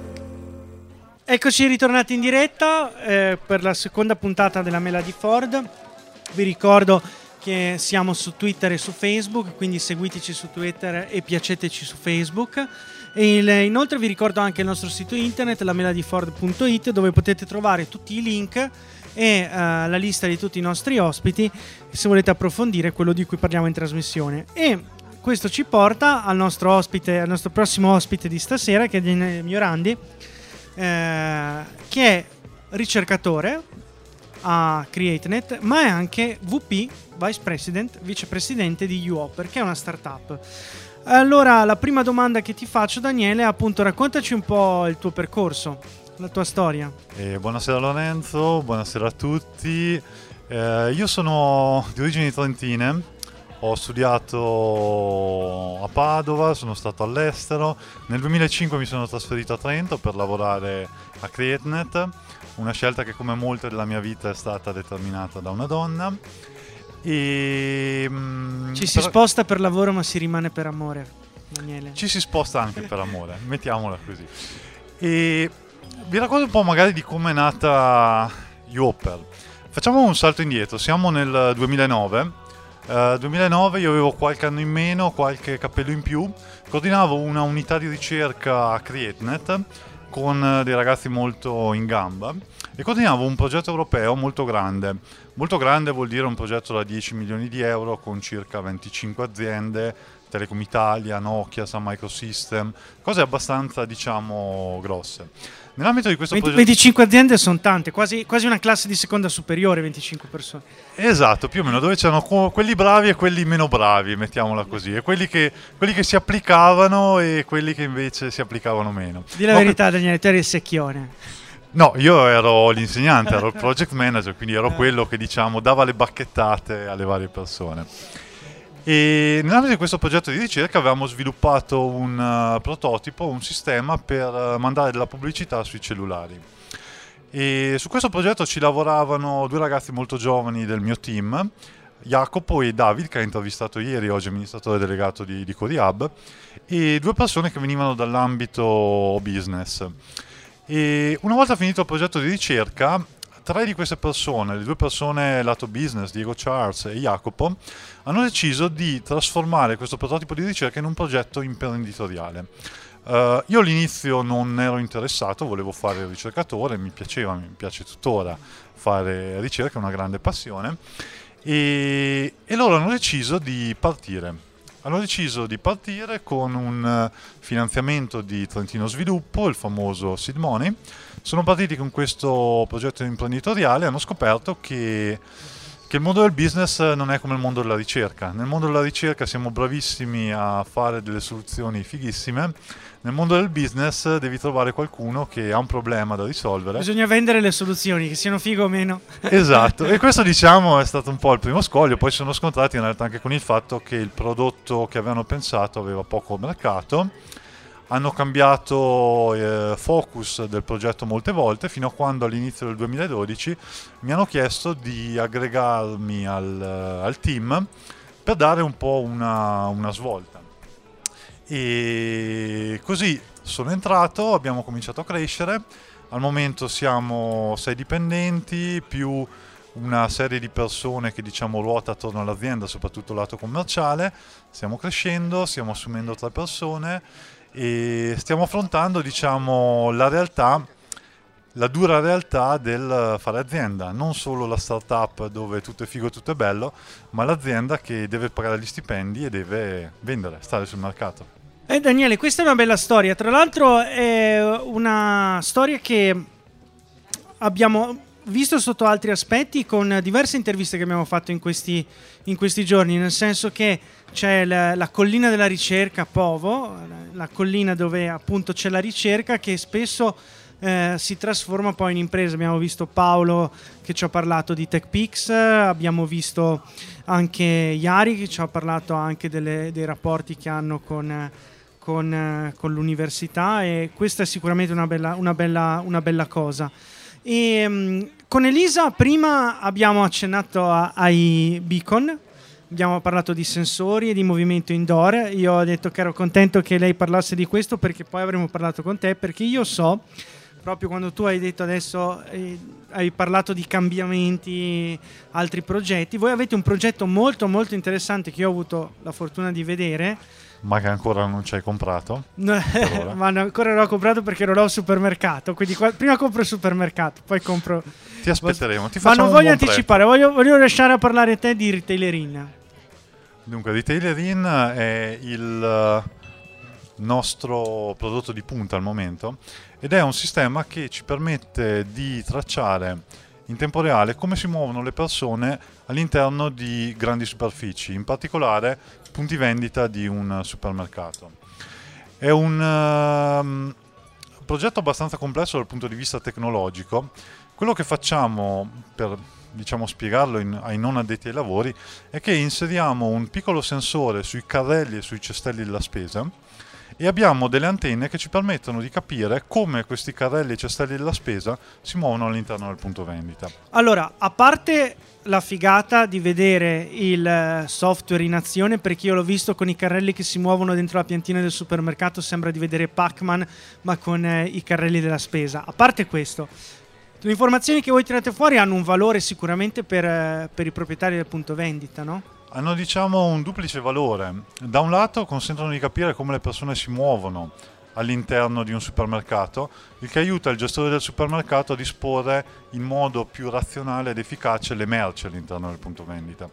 Eccoci ritornati in diretta eh, per la seconda puntata della Mela di Ford. Vi ricordo che siamo su Twitter e su Facebook, quindi seguiteci su Twitter e piaceteci su Facebook. E il, inoltre vi ricordo anche il nostro sito internet, la mela di Ford punto it, dove potete trovare tutti i link e uh, la lista di tutti i nostri ospiti, se volete approfondire quello di cui parliamo in trasmissione. E questo ci porta al nostro ospite, al nostro prossimo ospite di stasera, che è Daniele Miorandi, eh, che è ricercatore a CreateNet, ma è anche V P, Vice President, vicepresidente di YouOpper, che è una startup. Allora, la prima domanda che ti faccio, Daniele, è appunto, raccontaci un po' il tuo percorso, la tua storia. Eh, buonasera Lorenzo, buonasera a tutti. Eh, io sono di origini trentine, ho studiato a Padova, sono stato all'estero. Nel duemilacinque mi sono trasferito a Trento per lavorare a CreateNet, una scelta che, come molte della mia vita, è stata determinata da una donna. E, ci si per... sposta per lavoro ma si rimane per amore, Daniele. Ci si sposta anche per amore, mettiamola così. E vi racconto un po' magari di come è nata YouOpper. Facciamo un salto indietro, siamo nel duemilanove. Uh, duemilanove io avevo qualche anno in meno, qualche cappello in più, coordinavo una unità di ricerca a CreateNet con dei ragazzi molto in gamba e coordinavo un progetto europeo molto grande. Molto grande vuol dire un progetto da dieci milioni di euro con circa venticinque aziende, Telecom Italia, Nokia, Sun Microsystem, cose abbastanza, diciamo, grosse. Nell'ambito di questo progetto... venticinque aziende sono tante, quasi, quasi una classe di seconda superiore, venticinque persone. Esatto, più o meno, dove c'erano quelli bravi e quelli meno bravi, mettiamola così, e quelli che, quelli che si applicavano e quelli che invece si applicavano meno. Di la Ma verità, per... Daniele, tu eri il secchione. No, io ero l'insegnante, ero il project manager, quindi ero quello che, diciamo, dava le bacchettate alle varie persone. E nell'ambito di questo progetto di ricerca avevamo sviluppato un uh, prototipo, un sistema per uh, mandare della pubblicità sui cellulari. E su questo progetto ci lavoravano due ragazzi molto giovani del mio team, Jacopo e David, che ha intervistato ieri, oggi amministratore delegato di, di Codihub, e due persone che venivano dall'ambito business. E una volta finito il progetto di ricerca, tre di queste persone, le due persone lato business, Diego Charles e Jacopo, hanno deciso di trasformare questo prototipo di ricerca in un progetto imprenditoriale. Uh, io all'inizio non ero interessato, volevo fare il ricercatore, mi piaceva, mi piace tuttora fare ricerca, è una grande passione, e, e loro hanno deciso di partire. Hanno deciso di partire con un finanziamento di Trentino Sviluppo, il famoso Seed Money. Sono partiti con questo progetto imprenditoriale e hanno scoperto che, che il mondo del business non è come il mondo della ricerca. Nel mondo della ricerca siamo bravissimi a fare delle soluzioni fighissime. Nel mondo del business devi trovare qualcuno che ha un problema da risolvere. Bisogna vendere le soluzioni, che siano figo o meno. Esatto, e questo, diciamo, è stato un po' il primo scoglio. Poi si sono scontrati in realtà anche con il fatto che il prodotto che avevano pensato aveva poco mercato. Hanno cambiato eh, focus del progetto molte volte, fino a quando all'inizio del duemiladodici mi hanno chiesto di aggregarmi al, al team per dare un po' una, una svolta. E così sono entrato, abbiamo cominciato a crescere. Al momento siamo sei dipendenti più una serie di persone che, diciamo, ruota attorno all'azienda, soprattutto lato commerciale. Stiamo crescendo, stiamo assumendo tre persone e stiamo affrontando, diciamo, la realtà, la dura realtà del fare azienda, non solo la startup dove tutto è figo, tutto è bello, ma l'azienda che deve pagare gli stipendi e deve vendere, stare sul mercato. Eh, Daniele, questa è una bella storia. Tra l'altro è una storia che abbiamo visto sotto altri aspetti con diverse interviste che abbiamo fatto in questi, in questi giorni, nel senso che c'è la, la collina della ricerca, Povo, la collina dove appunto c'è la ricerca che spesso eh, si trasforma poi in impresa. Abbiamo visto Paolo che ci ha parlato di TechPix, abbiamo visto anche Iari che ci ha parlato anche delle, dei rapporti che hanno con, con, con l'università, e questa è sicuramente una bella, una bella, una bella cosa. E, um, con Elisa prima abbiamo accennato a, ai beacon, abbiamo parlato di sensori e di movimento indoor. Io ho detto che ero contento che lei parlasse di questo, perché poi avremmo parlato con te, perché io so proprio quando tu hai detto adesso, eh, hai parlato di cambiamenti, altri progetti. Voi avete un progetto molto molto interessante che io ho avuto la fortuna di vedere, ma che ancora non ci hai comprato? No, ma ancora non l'ho comprato perché non ho al supermercato, quindi qua, prima compro il supermercato, poi compro... Ti aspetteremo, ti ma facciamo non voglio un buon anticipare, voglio, voglio lasciare a parlare a te di Retailerin. Dunque, Retailerin è il nostro prodotto di punta al momento ed è un sistema che ci permette di tracciare in tempo reale come si muovono le persone all'interno di grandi superfici, in particolare punti vendita di un supermercato. È un um, progetto abbastanza complesso dal punto di vista tecnologico. Quello che facciamo, per diciamo spiegarlo in, ai non addetti ai lavori, è che inseriamo un piccolo sensore sui carrelli e sui cestelli della spesa e abbiamo delle antenne che ci permettono di capire come questi carrelli e cestelli della spesa si muovono all'interno del punto vendita. Allora, a parte la figata di vedere il software in azione, perché io l'ho visto con i carrelli che si muovono dentro la piantina del supermercato, sembra di vedere Pac-Man ma con eh, i carrelli della spesa. A parte questo, le informazioni che voi tirate fuori hanno un valore sicuramente per, eh, per i proprietari del punto vendita, no? Hanno diciamo un duplice valore. Da un lato consentono di capire come le persone si muovono all'interno di un supermercato, il che aiuta il gestore del supermercato a disporre in modo più razionale ed efficace le merci all'interno del punto vendita.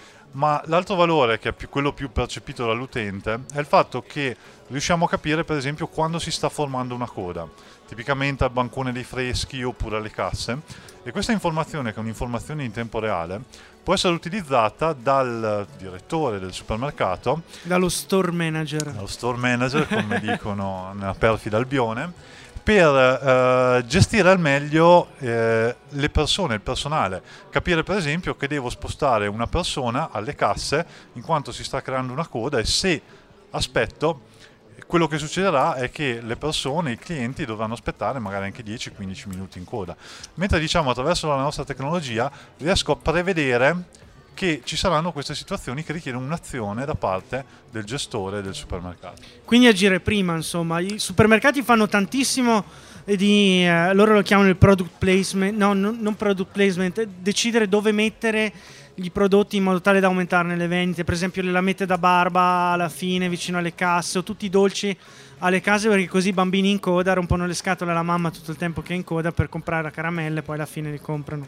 Ma l'altro valore, che è più quello più percepito dall'utente, è il fatto che riusciamo a capire per esempio quando si sta formando una coda, tipicamente al bancone dei freschi oppure alle casse, e questa informazione, che è un'informazione in tempo reale, può essere utilizzata dal direttore del supermercato, dallo store manager, dallo store manager come dicono nella perfida Albione, per eh, gestire al meglio eh, le persone, il personale. Capire per esempio che devo spostare una persona alle casse in quanto si sta creando una coda, e se aspetto, quello che succederà è che le persone, i clienti, dovranno aspettare magari anche dieci quindici minuti in coda. Mentre diciamo attraverso la nostra tecnologia riesco a prevedere che ci saranno queste situazioni che richiedono un'azione da parte del gestore del supermercato. Quindi agire prima, insomma. I supermercati fanno tantissimo di, eh, loro lo chiamano il product placement, no, non, non product placement, decidere dove mettere i prodotti in modo tale da aumentarne le vendite. Per esempio le lamette da barba alla fine vicino alle casse, o tutti i dolci alle case, perché così i bambini in coda rompono le scatole alla mamma tutto il tempo che è in coda per comprare la caramella e poi alla fine li comprano.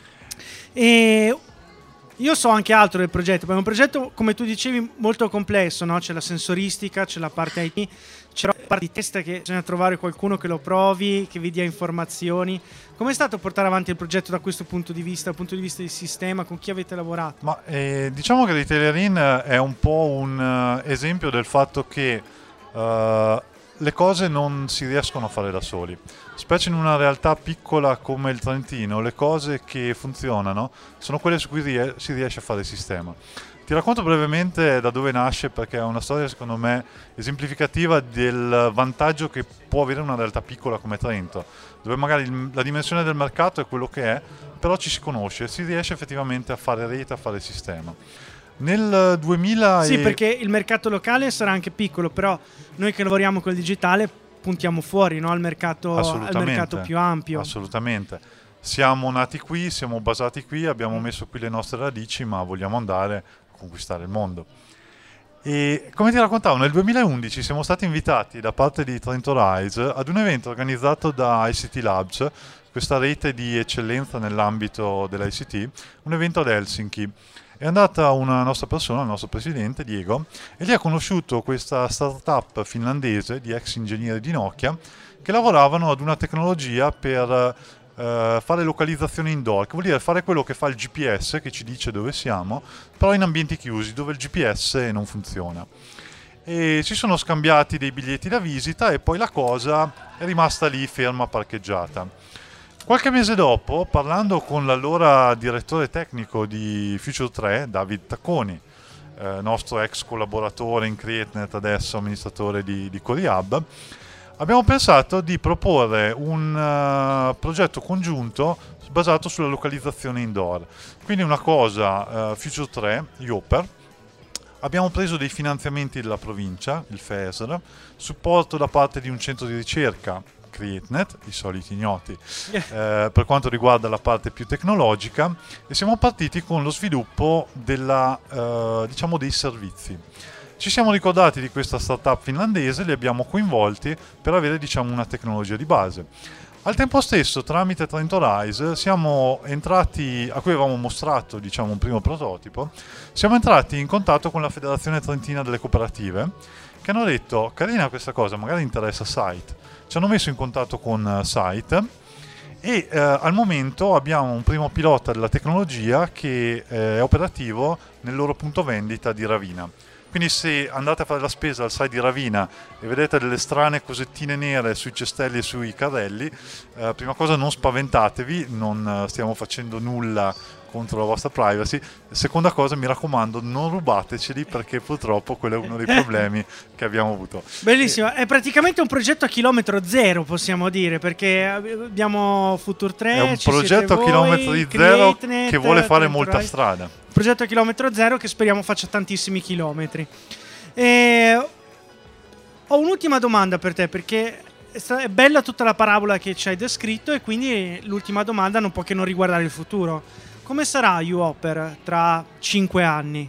E io so anche altro del progetto, perché è un progetto, come tu dicevi, molto complesso, no? C'è la sensoristica, c'è la parte I T, c'è la parte di test che bisogna trovare qualcuno che lo provi, che vi dia informazioni. Com'è stato portare avanti il progetto da questo punto di vista, dal punto di vista del sistema, con chi avete lavorato? Ma eh, diciamo che Retailerin è un po' un uh, esempio del fatto che uh, le cose non si riescono a fare da soli. Specie in una realtà piccola come il Trentino, le cose che funzionano sono quelle su cui rie- si riesce a fare sistema. Ti racconto brevemente da dove nasce, perché è una storia secondo me esemplificativa del vantaggio che può avere una realtà piccola come Trento, dove magari il, la dimensione del mercato è quello che è, però ci si conosce, si riesce effettivamente a fare rete, a fare sistema. Nel duemila Sì, e... perché il mercato locale sarà anche piccolo, però noi che lavoriamo col digitale puntiamo fuori, no? al, mercato, al mercato più ampio. Assolutamente. Siamo nati qui, siamo basati qui, abbiamo messo qui le nostre radici, ma vogliamo andare a conquistare il mondo. E come ti raccontavo, nel duemilaundici siamo stati invitati da parte di Trento Rise ad un evento organizzato da I C T Labs, questa rete di eccellenza nell'ambito dell'I C T, un evento ad Helsinki. È andata una nostra persona, il nostro presidente Diego, e lì ha conosciuto questa startup finlandese di ex ingegneri di Nokia che lavoravano ad una tecnologia per eh, fare localizzazione indoor, che vuol dire fare quello che fa il G P S, che ci dice dove siamo, però in ambienti chiusi, dove il G P S non funziona. E si sono scambiati dei biglietti da visita e poi la cosa è rimasta lì ferma, parcheggiata. Qualche mese dopo, parlando con l'allora direttore tecnico di Future tre, David Tacconi, eh, nostro ex collaboratore in CreateNet, adesso amministratore di, di CoriHub, abbiamo pensato di proporre un uh, progetto congiunto basato sulla localizzazione indoor. Quindi una cosa, uh, Future tre, Ioper, abbiamo preso dei finanziamenti della provincia, il F E S R, supporto da parte di un centro di ricerca, CreateNet, i soliti ignoti, eh, per quanto riguarda la parte più tecnologica, e siamo partiti con lo sviluppo della, eh, diciamo dei servizi. Ci siamo ricordati di questa startup finlandese, li abbiamo coinvolti per avere, diciamo, una tecnologia di base. Al tempo stesso, tramite Trento Rise, siamo entrati, a cui avevamo mostrato, diciamo, un primo prototipo, siamo entrati in contatto con la Federazione Trentina delle Cooperative, che hanno detto: carina questa cosa, magari interessa Site. Ci hanno messo in contatto con uh, Site e uh, al momento abbiamo un primo pilota della tecnologia che uh, è operativo nel loro punto vendita di Ravina. Quindi se andate a fare la spesa al site di Ravina e vedete delle strane cosettine nere sui cestelli e sui carrelli, eh, prima cosa non spaventatevi, non stiamo facendo nulla contro la vostra privacy. Seconda cosa, mi raccomando, non rubateceli, perché purtroppo quello è uno dei problemi che abbiamo avuto. Bellissimo, è praticamente un progetto a chilometro zero, possiamo dire, perché abbiamo Future tre, è un ci progetto siete a chilometri voi, zero CreateNet, che vuole fare Trento molta Rise. strada. Progetto a chilometro zero che speriamo faccia tantissimi chilometri. E ho un'ultima domanda per te, perché è bella tutta la parabola che ci hai descritto, e quindi l'ultima domanda non può che non riguardare il futuro. Come sarà UOpper tra cinque anni?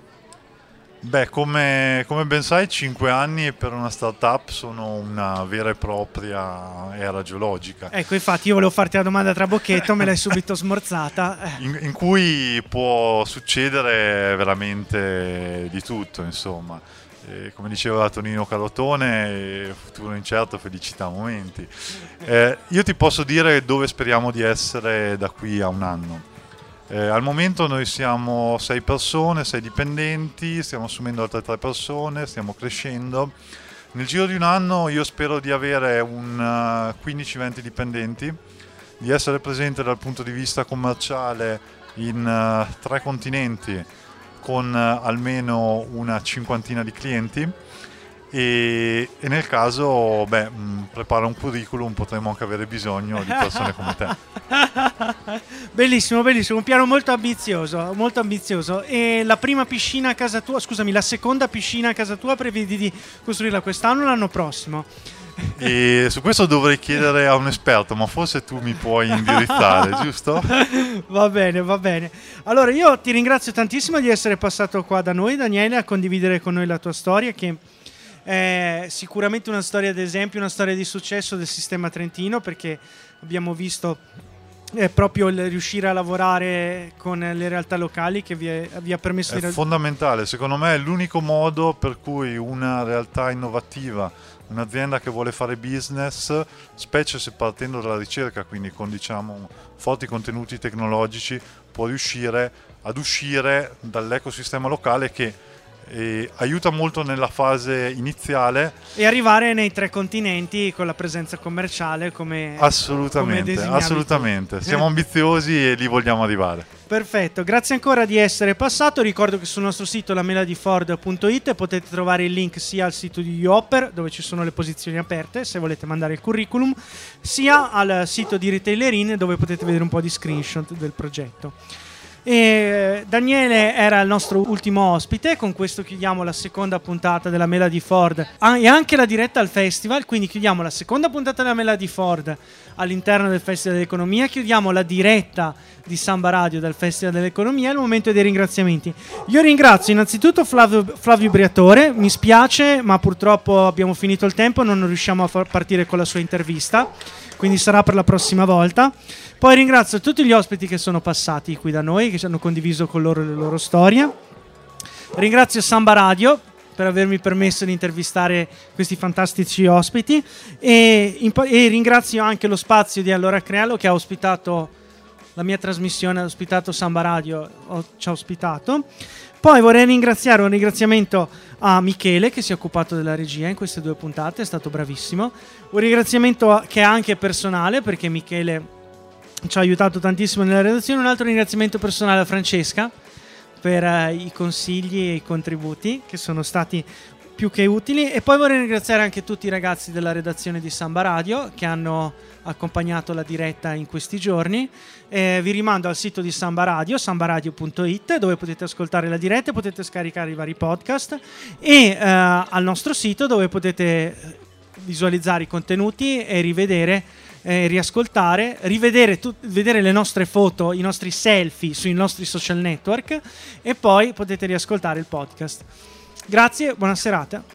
Beh, come, come ben sai, cinque anni per una startup sono una vera e propria era geologica. Ecco, infatti io volevo farti la domanda tra bocchetto, me l'hai subito smorzata. In, in cui può succedere veramente di tutto, insomma. E come diceva Tonino Carotone, futuro incerto, felicità a momenti. Eh, io ti posso dire dove speriamo di essere da qui a un anno. Eh, al momento noi siamo sei persone, sei dipendenti, stiamo assumendo altre tre persone, stiamo crescendo. Nel giro di un anno io spero di avere un uh, quindici venti dipendenti, di essere presente dal punto di vista commerciale in uh, tre continenti con uh, almeno una cinquantina di clienti, e, e nel caso, beh, mh, prepara un curriculum, potremo anche avere bisogno di persone come te. Bellissimo, bellissimo, un piano molto ambizioso, molto ambizioso. E la prima piscina a casa tua, scusami, la seconda piscina a casa tua prevedi di costruirla quest'anno o l'anno prossimo? E su questo dovrei chiedere a un esperto, ma forse tu mi puoi indirizzare, giusto? Va bene, va bene. Allora io ti ringrazio tantissimo di essere passato qua da noi, Daniele, a condividere con noi la tua storia, che è sicuramente una storia d'esempio, una storia di successo del sistema trentino, perché abbiamo visto è proprio il riuscire a lavorare con le realtà locali che vi, è, vi ha permesso è di... È fondamentale, secondo me è l'unico modo per cui una realtà innovativa, un'azienda che vuole fare business, specie se partendo dalla ricerca, quindi con, diciamo, forti contenuti tecnologici, può riuscire ad uscire dall'ecosistema locale che e aiuta molto nella fase iniziale e arrivare nei tre continenti con la presenza commerciale come assolutamente, come assolutamente. Siamo ambiziosi e lì vogliamo arrivare. Perfetto, grazie ancora di essere passato. Ricordo che sul nostro sito la meladiford punto it potete trovare il link sia al sito di UOpper, dove ci sono le posizioni aperte se volete mandare il curriculum, sia al sito di Retailerin, dove potete vedere un po' di screenshot del progetto. E Daniele era il nostro ultimo ospite. Con questo chiudiamo la seconda puntata della Mela di Ford e anche la diretta al festival, quindi chiudiamo la seconda puntata della Mela di Ford all'interno del Festival dell'Economia, chiudiamo la diretta di Samba Radio dal Festival dell'Economia. È il momento dei ringraziamenti. Io ringrazio innanzitutto Flavio, Flavio Briatore, mi spiace ma purtroppo abbiamo finito il tempo, non riusciamo a far partire con la sua intervista, quindi sarà per la prossima volta. Poi ringrazio tutti gli ospiti che sono passati qui da noi, che ci hanno condiviso con loro le loro storie. Ringrazio Samba Radio per avermi permesso di intervistare questi fantastici ospiti e, e ringrazio anche lo spazio di Allora Crealo che ha ospitato la mia trasmissione, ha ospitato Samba Radio, ho, ci ha ospitato. Poi vorrei ringraziare un ringraziamento a Michele che si è occupato della regia in queste due puntate, è stato bravissimo. Un ringraziamento che è anche personale perché Michele ci ha aiutato tantissimo nella redazione. Un altro ringraziamento personale a Francesca per uh, i consigli e i contributi che sono stati più che utili. E poi vorrei ringraziare anche tutti i ragazzi della redazione di Samba Radio che hanno accompagnato la diretta in questi giorni. Eh, vi rimando al sito di Samba Radio, sambaradio punto it, dove potete ascoltare la diretta, potete scaricare i vari podcast, e uh, al nostro sito dove potete visualizzare i contenuti e rivedere, eh, riascoltare, rivedere tut- vedere le nostre foto, i nostri selfie sui nostri social network, e poi potete riascoltare il podcast. Grazie, buona serata.